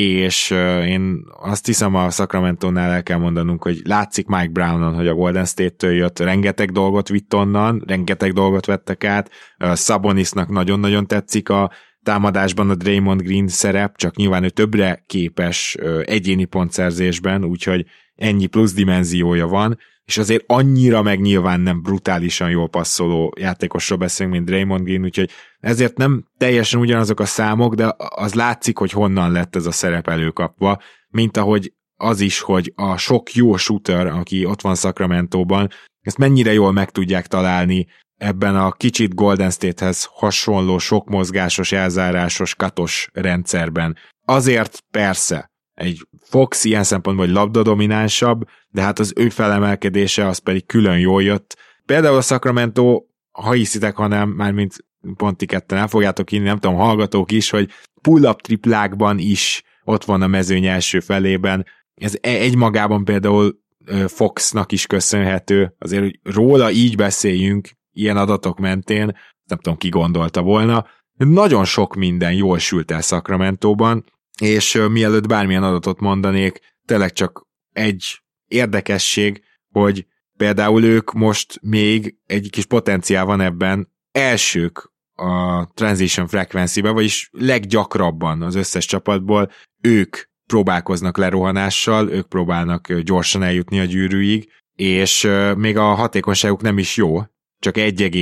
és én azt hiszem a Sacramento-nál el kell mondanunk, hogy látszik Mike Brownon, hogy a Golden State-től jött, rengeteg dolgot vitt onnan, rengeteg dolgot vettek át, Sabonisnak nagyon-nagyon tetszik a támadásban a Draymond Green szerep, csak nyilván ő többre képes egyéni pontszerzésben, úgyhogy ennyi plusz dimenziója van, és azért annyira meg nyilván nem brutálisan jól passzoló játékosról beszélünk, mint Draymond Green, úgyhogy ezért nem teljesen ugyanazok a számok, de az látszik, hogy honnan lett ez a szerep előkapva, mint ahogy az is, hogy a sok jó shooter, aki ott van Sacramento-ban, ezt mennyire jól meg tudják találni ebben a kicsit Golden State-hez hasonló, sok mozgásos, elzárásos, katos rendszerben. Azért persze, egy Fox ilyen szempontból, hogy labdadominánsabb, de hát az ő felemelkedése az pedig külön jól jött. Például a Sacramento, ha hiszitek, hanem mármint pont ti ketten el fogjátok hinni, nem tudom, hallgatók is, hogy pull-up triplákban is ott van a mezőny első felében. Ez egymagában például Foxnak is köszönhető, azért, hogy róla így beszéljünk, ilyen adatok mentén, nem tudom, ki gondolta volna. Nagyon sok minden jól sült el Sacramentóban, és mielőtt bármilyen adatot mondanék, tényleg csak egy érdekesség, hogy például ők most még egy kis potenciál van ebben, elsők a transition frequency-ben, vagyis leggyakrabban az összes csapatból ők próbálkoznak lerohanással, ők próbálnak gyorsan eljutni a gyűrűig, és még a hatékonyságuk nem is jó, csak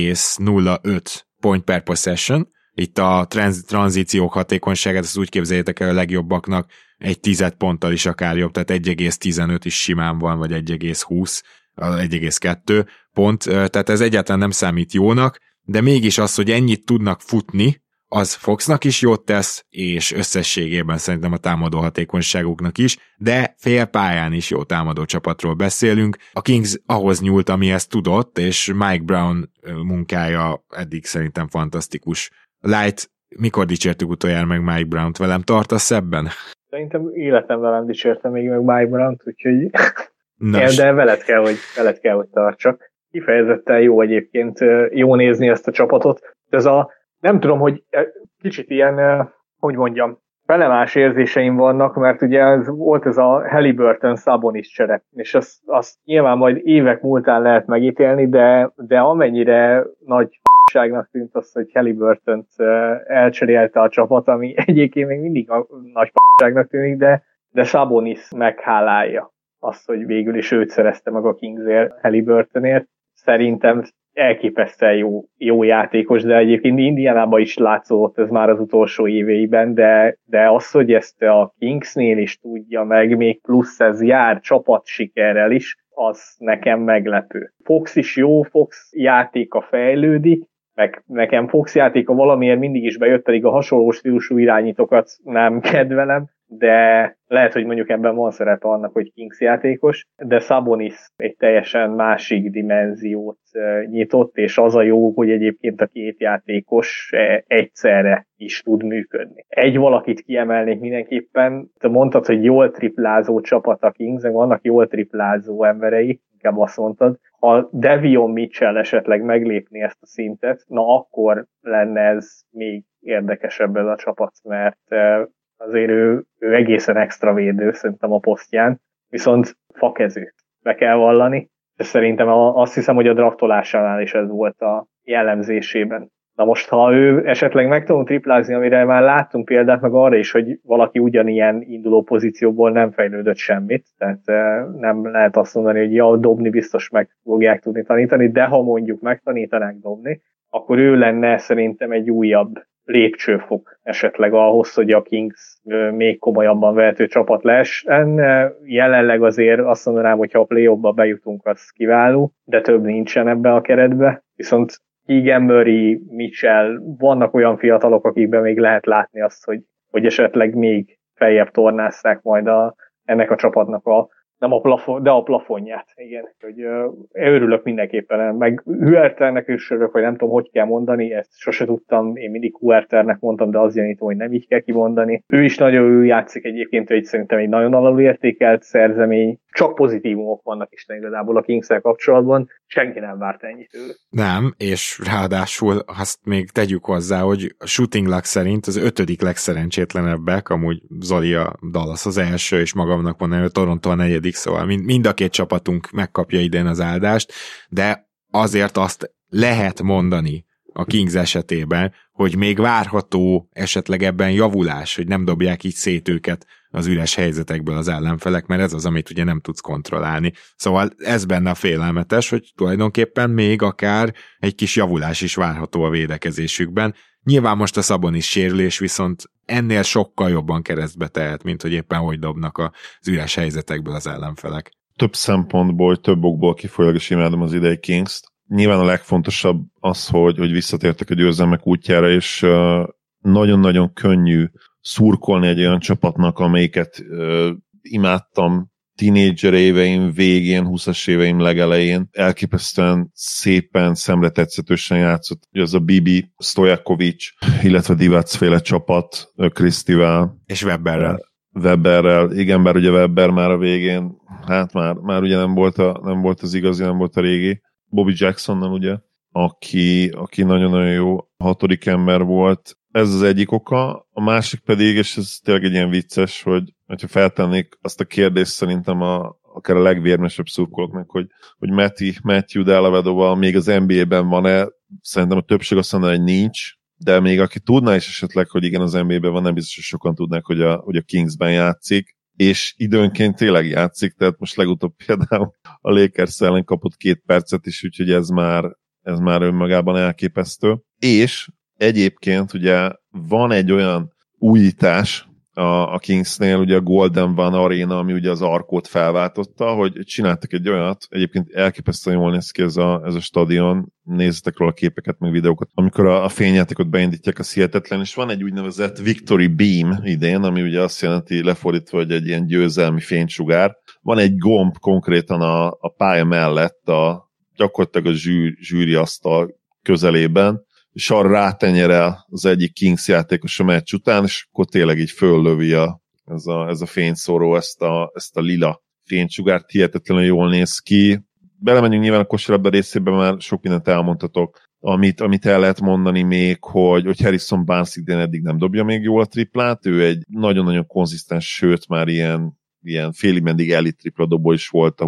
1,05 point per possession. Itt a tranzíciók hatékonyságát, ezt úgy képzeljétek el a legjobbaknak, egy 10 ponttal is akár jobb, tehát 1,15 is simán van, vagy 1,20, 1,2 pont, tehát ez egyáltalán nem számít jónak, de mégis az, hogy ennyit tudnak futni, az Foxnak is jót tesz, és összességében szerintem a támadó hatékonyságuknak is, de fél pályán is jó támadó csapatról beszélünk. A Kings ahhoz nyúlt, amihez tudott, és Mike Brown munkája eddig szerintem fantasztikus. Light, mikor dicsértük utoljára meg Mike Brownt? Velem tartasz ebben? Szerintem életemben nem dicsértem még meg Mike Brownt, úgyhogy Nos. de veled kell, hogy tartsak. Kifejezetten jó egyébként, jó nézni ezt a csapatot. Ez nem tudom, hogy kicsit ilyen, hogy mondjam, felemás érzéseim vannak, mert ugye volt ez a Haliburton Sabonis csere, és azt nyilván majd évek múltán lehet megítélni, de amennyire nagy f***ságnak tűnt az, hogy Haliburtont elcserélte a csapat, ami egyébként még mindig a nagy f***ságnak tűnik, de Sabonis meghálálja azt, hogy végül is őt szerezte meg a Kingsért, Haliburtonért. Szerintem elképesztően jó játékos, de egyébként Indiánában is látszódott ez már az utolsó éveiben, de az, hogy ezt a Kingsnél is tudja meg, még plusz ez jár csapat sikerrel is, az nekem meglepő. Fox is jó, Fox játéka fejlődik, meg nekem Fox játéka valamiért mindig is bejött, pedig a hasonló stílusú irányítókat nem kedvelem, de lehet, hogy mondjuk ebben van szerepe annak, hogy Kings játékos, de Sabonis egy teljesen másik dimenziót nyitott, és az a jó, hogy egyébként a két játékos egyszerre is tud működni. Egy valakit kiemelnék mindenképpen, te mondtad, hogy jól triplázó csapat a Kings, vannak jól triplázó emberei, inkább azt mondtad, ha Devion Mitchell esetleg meglépni ezt a szintet, na akkor lenne ez még érdekesebb ez a csapat, mert azért ő egészen extra védő szerintem a posztján, viszont fakező, be kell vallani, és szerintem azt hiszem, hogy a draftolásánál is ez volt a jellemzésében. Na most, ha ő esetleg meg tudunk triplázni, amire már láttunk példát, meg arra is, hogy valaki ugyanilyen induló pozícióból nem fejlődött semmit, tehát nem lehet azt mondani, hogy ja, dobni biztos meg fogják tudni tanítani, de ha mondjuk megtanítanák dobni, akkor ő lenne szerintem egy újabb lépcsőfok esetleg ahhoz, hogy a Kings még komolyabban vehető csapat lehessen. Jelenleg azért azt mondanám, hogy ha a play-offba bejutunk, az kiváló, de több nincsen ebbe a keretbe. Viszont Keegan Murray, Mitchell, vannak olyan fiatalok, akikben még lehet látni azt, hogy hogy esetleg még feljebb tornázták majd ennek a csapatnak nem a plafon, de a plafonját, igen. Hogy örülök mindenképpen, meg Huerternek is örülök, vagy nem tudom, hogy kell mondani, ezt sose tudtam, én mindig Huerternek mondtam, de az gyanítom, hogy nem így kell kimondani. Ő is nagyon játszik egyébként, hogy szerintem egy nagyon alulértékelt szerzemény, csak pozitívumok vannak Isten igazából a Kings-szel kapcsolatban, senki nem várt ennyit tőle. Nem, és ráadásul azt még tegyük hozzá, hogy a shooting luck szerint az 5. legszerencsétlenebbek, amúgy Zoli a Dallas az első, és magamnak mondani, hogy Toronto a 4., szóval mind a két csapatunk megkapja idén az áldást, de azért azt lehet mondani a Kings esetében, hogy még várható esetleg ebben javulás, hogy nem dobják így szét őket az üres helyzetekből az ellenfelek, mert ez az, amit ugye nem tudsz kontrollálni. Szóval ez benne a félelmetes, hogy tulajdonképpen még akár egy kis javulás is várható a védekezésükben. Nyilván most a Szabonis sérülés viszont ennél sokkal jobban keresztbe tehet, mint hogy éppen hogy dobnak az üres helyzetekből az ellenfelek. Több szempontból, több okból kifolyólag is imádom az idei Kings-t. Nyilván a legfontosabb az, hogy visszatértek a győzelmek útjára, és nagyon-nagyon könnyű szurkolni egy olyan csapatnak, amelyiket imádtam tínédzser éveim végén, 20-as éveim legelején. Elképesztően szépen, szemretetszetősen játszott. Az a Bibi, Stojakovic, illetve Divac féle csapat, Krisztivel. És Webberrel, igen, bár ugye Webber már a végén, hát már ugye nem volt az igazi, nem volt a régi. Bobby Jacksonnal ugye, aki nagyon-nagyon jó 6. ember volt. Ez az egyik oka. A másik pedig, és ez tényleg egy ilyen vicces, hogyha feltennék azt a kérdést szerintem akár a legvérmesebb szurkolóknak, hogy Matthew Dellavedova még az NBA-ben van-e, szerintem a többség azt mondaná, hogy nincs, de még aki tudná is esetleg, hogy igen, az NBA-ben van, nem biztos, hogy sokan tudnák, hogy a Kingsben játszik, és időnként tényleg játszik, tehát most legutóbb például a Lakers ellen kapott 2 percet is, úgyhogy ez már önmagában elképesztő. És egyébként ugye van egy olyan újítás a Kingsnél, ugye a Golden One Arena, ami ugye az Arkót felváltotta, hogy csináltak egy olyat, egyébként elképesztően jól néz ki ez a stadion, nézzetek róla képeket, meg videókat, amikor a fényjátékot beindítják, az hihetetlen, és van egy úgynevezett Victory Beam idén, ami ugye azt jelenti lefordítva, hogy egy ilyen győzelmi fénysugár. Van egy gomb konkrétan a pálya mellett, gyakorlatilag a zsűriasztal közelében, és arra rátenyerel az egyik Kings játékos a meccs után, és akkor tényleg így föllövi ez a fényszóró, ezt a lila fénysugárt, hihetetlenül jól néz ki. Belemegyünk nyilván a kosárlabda részében, már sok mindent elmondhatok, amit el lehet mondani még, hogy Harrison Barnes idén eddig nem dobja még jól a triplát, ő egy nagyon-nagyon konzisztens, sőt már ilyen félig meddig elit tripla dobó is volt a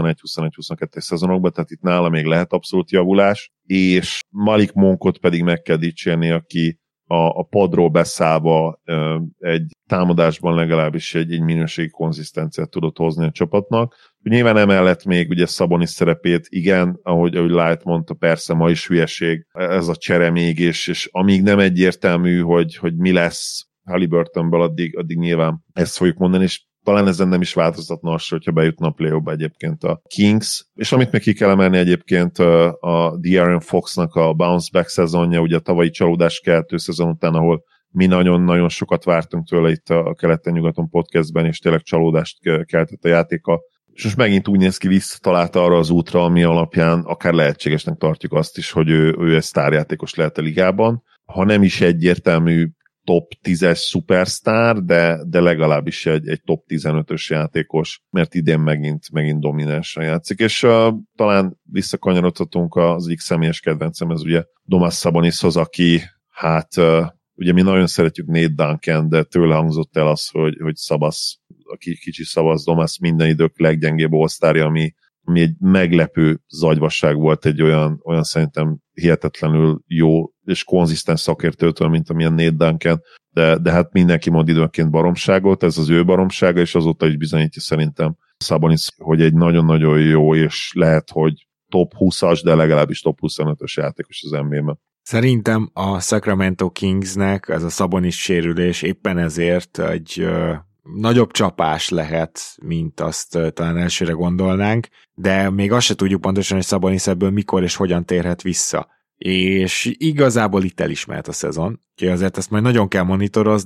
20-21-22 szezonokban, tehát itt nála még lehet abszolút javulás, és Malik Monkot pedig meg kell dicsérni, aki a padról beszállva egy támadásban legalábbis egy minőségi konzisztenciát tudott hozni a csapatnak. Nyilván emellett még ugye Szabonis szerepét, igen, ahogy Light mondta, persze ma is hülyeség ez a csere még, és amíg nem egyértelmű, hogy mi lesz Haliburtonből, addig nyilván ezt fogjuk mondani, és talán ezen nem is változtatna az, hogyha bejutna a play-offba egyébként a Kings. És amit meg ki kell emelni egyébként a De'Aaron Foxnak a bounce back szezonja, ugye a tavalyi csalódás keltő szezon után, ahol mi nagyon-nagyon sokat vártunk tőle itt a Keleten-nyugaton podcastben, és tényleg csalódást keltett a játéka. És most megint úgy néz ki, visszatalálta arra az útra, ami alapján akár lehetségesnek tartjuk azt is, hogy ő egy sztárjátékos lehet a ligában. Ha nem is egyértelmű top 10-es szupersztár, de legalábbis egy top 15-ös játékos, mert idén megint dominánsan játszik, és talán visszakanyarodhatunk az egyik személyes kedvencem, ez ugye Domas Szabonishoz, aki ugye mi nagyon szeretjük Nate Duncan, de tőle hangzott el az, hogy Szabasz, a kicsi Szabasz Domas minden idők leggyengébb all-sztárja, ami egy meglepő zagyvasság volt egy olyan szerintem hihetetlenül jó és konzisztens szakértőtől, mint amilyen Nate Duncan, de hát mindenki mond időnként baromságot, ez az ő baromsága, és azóta is bizonyítja szerintem Szabonis, hogy egy nagyon-nagyon jó, és lehet, hogy top 20-as, de legalábbis top 25-ös játékos az NBA-ben. Szerintem a Sacramento Kingsnek ez a Szabonis sérülés éppen ezért egy nagyobb csapás lehet, mint azt talán elsőre gondolnánk, de még azt se tudjuk pontosan, hogy Szabonis ebből mikor és hogyan térhet vissza. És igazából itt el is mehet a szezon, úgyhogy azért ezt majd nagyon kell monitorozni.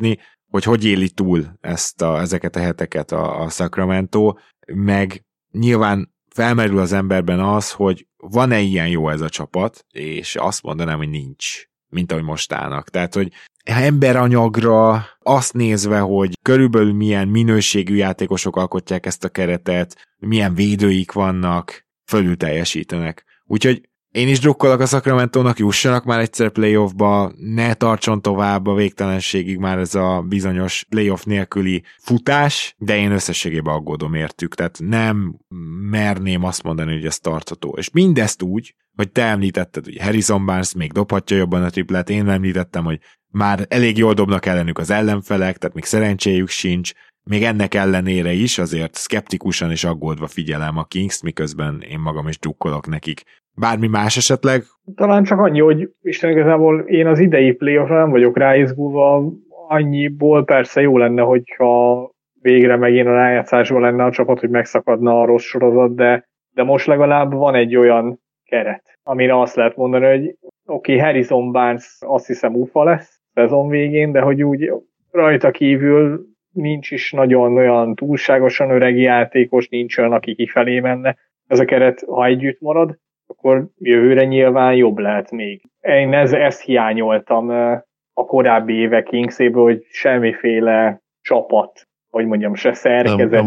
hogy éli túl ezeket a heteket a Sacramento, meg nyilván felmerül az emberben az, hogy van-e ilyen jó ez a csapat, és azt mondanám, hogy nincs, mint ahogy most állnak. Tehát, hogy emberanyagra azt nézve, hogy körülbelül milyen minőségű játékosok alkotják ezt a keretet, milyen védőik vannak, fölül teljesítenek. Úgyhogy én is drukkolok a Sacramento-nak, jussanak már egyszer playoffba, ne tartson tovább a végtelenségig már ez a bizonyos playoff nélküli futás, de én összességében aggódom értük, tehát nem merném azt mondani, hogy ez tartható. És mindezt úgy, hogy te említetted, hogy Harrison Barnes még dobhatja jobban a triplet, én említettem, hogy már elég jól dobnak ellenük az ellenfelek, tehát még szerencséjük sincs, még ennek ellenére is azért szkeptikusan és aggódva figyelem a Kings-t, miközben én magam is drukkolok nekik. Bármi más esetleg? Talán csak annyi, hogy Isten igazából én az idei playoffra nem vagyok ráizgulva, annyiból persze jó lenne, hogyha végre megint a rájátszásban lenne a csapat, hogy megszakadna a rossz sorozat, de most legalább van egy olyan keret, amire azt lehet mondani, hogy oké, Harrison Barnes azt hiszem ufa lesz szezon végén, de hogy úgy rajta kívül nincs is nagyon olyan túlságosan öreg játékos, nincs olyan, aki kifelé menne. Ez a keret, ha együtt marad, akkor jövőre nyilván jobb lehet még. Én ezt hiányoltam a korábbi évek Kingszéből, hogy semmiféle csapat, hogy mondjam, se szerkezet,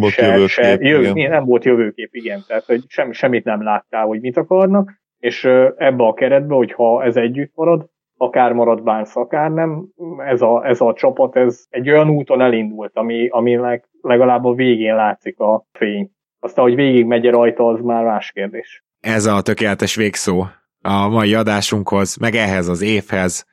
nem volt jövőkép, igen. Tehát, hogy semmit nem láttál, hogy mit akarnak, és ebbe a keretbe, hogyha ez együtt marad, akár marad Barnes, akár nem, ez a csapat, ez egy olyan úton elindult, aminek legalább a végén látszik a fény. Aztán, hogy végig megy rajta, az már más kérdés. Ez a tökéletes végszó a mai adásunkhoz, meg ehhez az évhez,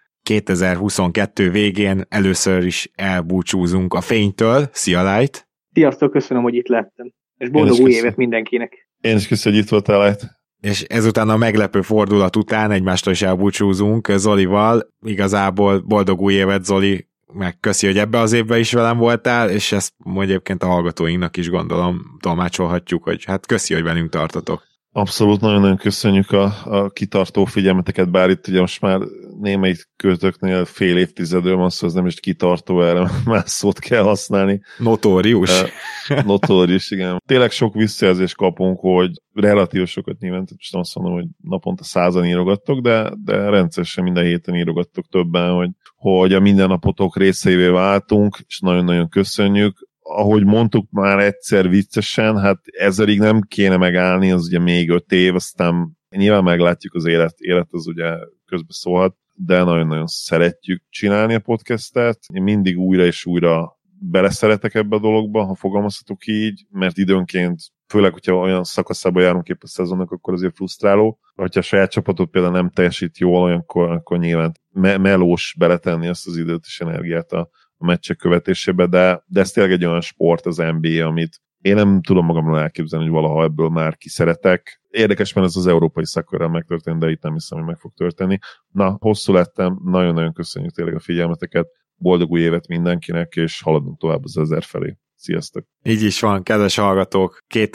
2022 végén először is elbúcsúzunk a fénytől. Szia, Light! Sziasztok, köszönöm, hogy itt lettem. És boldog új évet mindenkinek! Én is köszönöm, hogy itt voltál, Light! És ezután a meglepő fordulat után egymástól is elbúcsúzunk Zolival. Igazából boldog új évet, Zoli, meg köszi, hogy ebbe az évben is velem voltál, és ezt egyébként a hallgatóinknak is gondolom tolmácsolhatjuk, hogy hát köszi, hogy velünk tartotok. Abszolút, nagyon-nagyon köszönjük a kitartó figyelmeteket, bár itt ugye most már némelyik költöknél fél évtizedről van szó, az nem is kitartó, erre más szót kell használni. Notórius. Notórius, igen. Tényleg sok visszajelzést kapunk, hogy relatív sokat nyilván, most nem azt mondom, hogy naponta 100-an írogattok, de rendszeresen minden héten írogattok többen, hogy a mindennapotok részeivé váltunk, és nagyon-nagyon köszönjük. Ahogy mondtuk már egyszer viccesen, hát ezerig nem kéne megállni, az ugye még 5 év, aztán nyilván meglátjuk az élet az ugye közbe szólhat, de nagyon-nagyon szeretjük csinálni a podcastet. Én mindig újra és újra beleszeretek ebbe a dologba, ha fogalmazhatok így, mert időnként, főleg, hogyha olyan szakaszában járunk épp a szezonnak, akkor azért frusztráló. Ha a saját csapatot például nem teljesít jól, olyankor nyilván melós beletenni azt az időt és energiát a meccsek követésébe, de ez tényleg egy olyan sport az NBA, amit én nem tudom magamról elképzelni, hogy valaha ebből már kiszeretek. Érdekes, mert ez az európai szakkörrel megtörtént, de itt nem hiszem, hogy meg fog történni. Na, hosszú lettem, nagyon-nagyon köszönjük tényleg a figyelmeteket, boldog új évet mindenkinek, és haladunk tovább az 1000 felé. Sziasztok! Így is van, kedves hallgatók,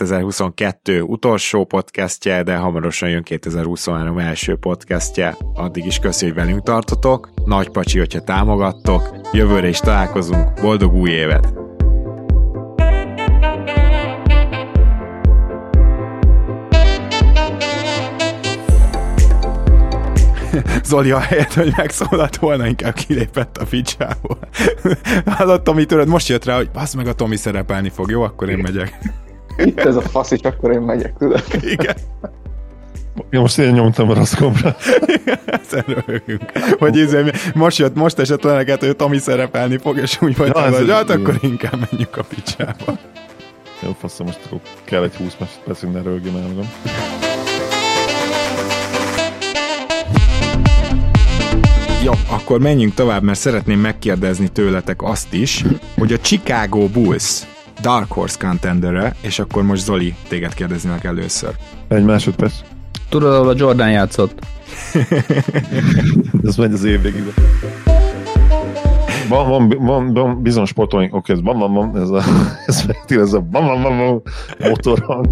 2022 utolsó podcastje, de hamarosan jön 2023 első podcastje. Addig is köszi, hogy velünk tartotok. Nagy pacsi, hogyha támogattok. Jövőre is találkozunk. Boldog új évet! Zoli ahelyett, hogy megszólalt volna, inkább kilépett a picsából. Hallottam, mit tudod, most jött rá, hogy bassz meg, a Tomi szerepelni fog, jó? Akkor én megyek. Itt ez a fasz, és akkor én megyek, tudod? Igen. Ja, most én nyomtam a raszkomra. Ezen röhögünk. Hogy most esett le neked, hogy a Tomi szerepelni fog, és úgy vagy, hogy hát akkor inkább menjünk a picsába. Jó, faszom, most akkor kell egy 20 másodpercig, ne röhögjön el magam. Jó, akkor menjünk tovább, mert szeretném megkérdezni tőletek azt is, hogy a Chicago Bulls Dark Horse contendere, és akkor most Zoli, téged kérdeznének először. Egy másodperc. Tudod, ahol a Jordan játszott? Ez megy az év végig. Van bizonyos sportolóink, oké, ez van, ez a motorhang.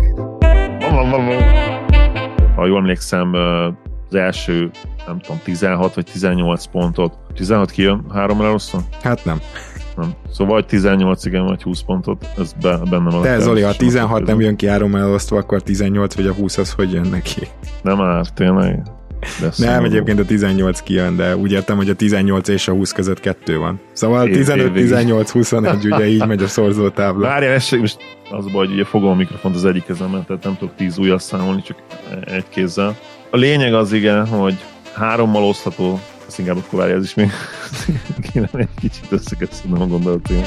Ha jól emlékszem, az első, nem tudom, 16 vagy 18 pontot. 16 kijön 3-ra rosszul? Hát nem. Nem. Szóval vagy 18 igen, vagy 20 pontot, ez benne van. Te Zoli, ha 16 nem jön ki 3 elosztva, akkor 18 vagy a 20 az hogy jön neki? Nem már, tényleg. Nem, egyébként a 18 kijön, de úgy értem, hogy a 18 és a 20 között 2 van. Szóval 15-18-21, ugye így megy a szorzótábla. Várjál, most az baj, hogy ugye fogom a mikrofont az egyik kezemben, tehát nem tudok 10 ujjal számolni, csak egy kézzel. A lényeg az igen, hogy 3-mal osztható, ezt inkább akkor várja, ez is még kéne egy kicsit összeköszönöm a gondolatot.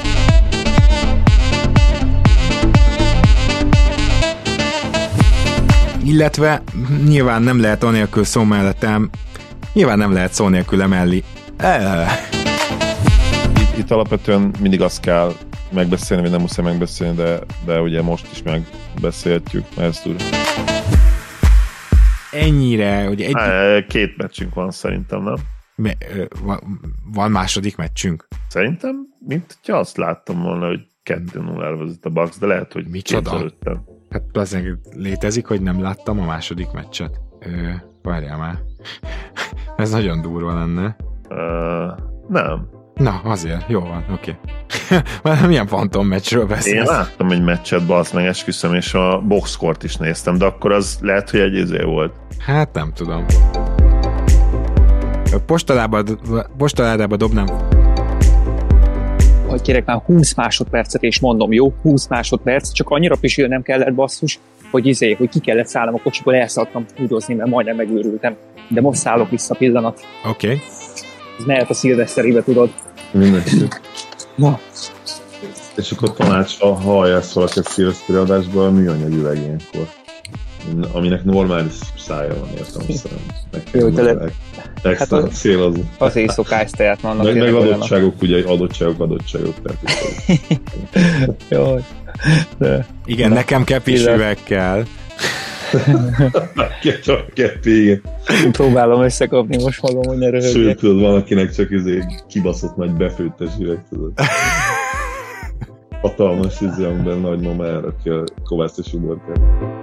Illetve nyilván nem lehet anélkül szó mellettem, nyilván nem lehet szó nélkül emelni. Itt alapvetően mindig azt kell megbeszélni, vagy nem muszáj megbeszélni, de ugye most is megbeszéltjük, mert ezt úgy. Ennyire, hogy 2 meccsünk van szerintem, nem? Van második meccsünk? Szerintem, mint hogyha azt láttam volna, hogy 2-0-ra vezet a Bucks, de lehet, hogy micsoda? Hát azért létezik, hogy nem láttam a második meccset. Várjál már. Ez nagyon durva lenne. Nem. Na, azért. Jó van, oké. Okay. Milyen fantom meccsről beszélsz? Én láttam egy meccset, bassz meg, esküszöm, és a boxscore-t is néztem, de akkor az lehet, hogy egy volt. Hát nem tudom. Postaládába dobnám. Hogy kérek már 20 másodpercet, és mondom, jó, 20 másodperc, csak annyira pisilnem kellett, basszus, hogy hogy ki kellett szállnom a kocsiból, elszaladtam húdozni, mert majdnem megőrültem. De most szállok vissza pillanat. Oké. Okay. Ez mehet a szilveszteribe, tudod. Mindenki. Na. És akkor tanács, ha halljász valaki a szilveszteri adásban a műanyag üvegénkor, aminek normális szája van, értem szerint. Extra célozni. Az éjszokász tejet vannak. Meg adottságok, ugye adottságok. Jó. De. Igen, nekem kepis üveg kell. Csak kepi, igen. Próbálom összekapni most magam, hogy ne röhögjek. Sőt, tudod, van, akinek csak kibaszott nagy befőttes üveg, tudod. Hatalmas amiben nagymama elrakja kovászos uborkát.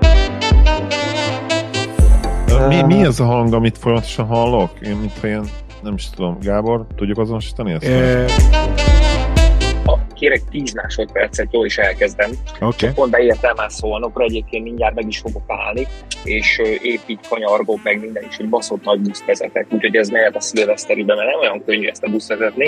Mi ez a hang, amit folyamatosan hallok? Én mintha ilyen, nem is tudom, Gábor, tudjuk azonosítani ezt? Kérek 10 másodpercet, jól is elkezdem. Okay. Pont beértem már szólnokra, egyébként mindjárt meg is fogok állni, és épp így kanyargok meg minden is, hogy baszott nagy buszt vezetek, úgyhogy ez mehet a szilveszteribe, mert nem olyan könnyű ezt a buszt vezetni.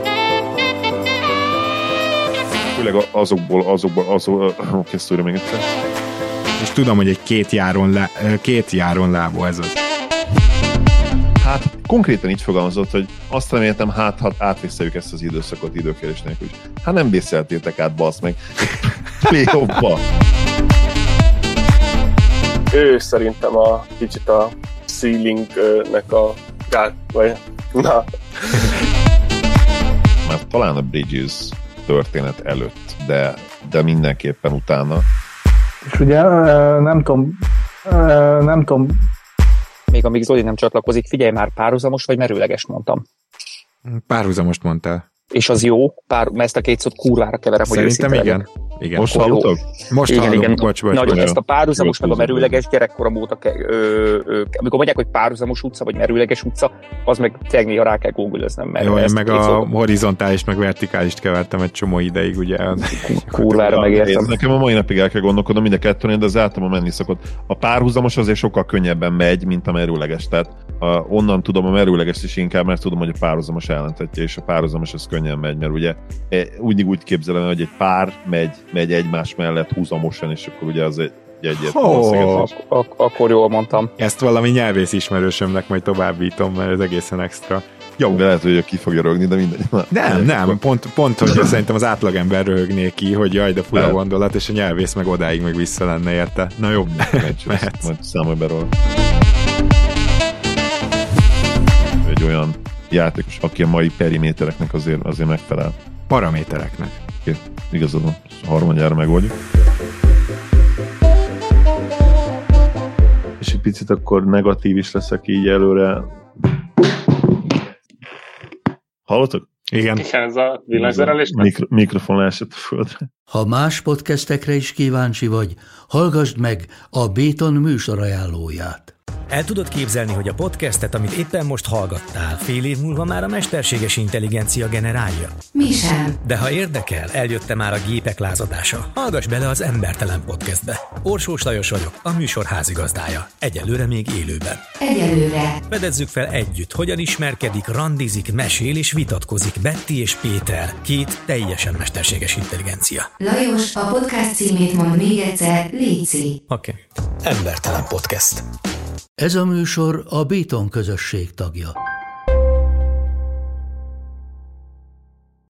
Főleg kezdőre még egyszer. És tudom, hogy egy két járon lábú ez az. Hát konkrétan így fogalmazott, hogy azt reméltem, hát átvészeljük ezt az időszakot időkérés nélkül. Hát nem vészeltétek át, bassz meg. Play-off-ba. Ő szerintem kicsit a ceilingnek a vagy na. Már talán a Bridges történet előtt, de mindenképpen utána. És ugye nem tudom. Még amíg Zoli nem csatlakozik, figyelj már, párhuzamos vagy merőleges mondtam? Párhuzamost mondtál. És az jó, mert ezt a két szót kurvára keverem, hogy szerintem igen. Igen. Most hallottok? Most igen, hallom, igen. Bocs. Nagyon ezt a párhuzamos, meg a merőleges gyerekkoram óta, amikor mondják, hogy párhuzamos utca, vagy merőleges utca, az meg tényleg néha rá kell googlöznem. Jó, én meg a horizontális, meg vertikálist kevertem egy csomó ideig, ugye. Kurvára megértem. Nekem a mai napig el kell gondolkodnom mind a kettőnél, de az általában menni szokott. A párhuzamos azért sokkal könnyebben megy, mint a merőleges. Tehát onnan tudom a merőleges is inkább, mert tudom, hogy a párhuzamos ellentetje, és a párhuzamos az könnyen megy, mert ugye úgy képzelem, hogy egy pár megy egymás mellett húzamosan, és akkor ugye az akkor jól mondtam. Ezt valami nyelvész ismerősömnek majd továbbítom, mert ez egészen extra. Jó, lehet, hogy ki fogja rögni, de mindegy. Nem, pont hogy szerintem az átlagember röhögné ki, hogy jaj, de fura gondolat, és a nyelvész meg odáig meg vissza lenne érte. Na jó, mehetsz. Majd számolj be róla. Egy olyan játékos, aki a mai perimétereknek azért megfelel. Paramétereknek. Okay. Igazad van, harmadjára megoldjuk. És egy picit akkor negatív is leszek így előre. Hallottok? Igen. Igen, ez a villanyzerelés. Mikrofon leesett a földre. Ha más podcastekre is kíváncsi vagy, hallgassd meg a Béton műsor ajánlóját. El tudod képzelni, hogy a podcastet, amit éppen most hallgattál, fél év múlva már a mesterséges intelligencia generálja? Mi sem. De ha érdekel, eljött már a gépek lázadása. Hallgass bele az Embertelen Podcastbe. Orsós Lajos vagyok, a műsor házigazdája. Egyelőre még élőben. Egyelőre. Fedezzük fel együtt, hogyan ismerkedik, randizik, mesél és vitatkozik Betty és Péter, két teljesen mesterséges intelligencia. Lajos, a podcast címét mond még egyszer, léci. Oké. Embertelen Podcast. Ez a műsor a Béton közösség tagja.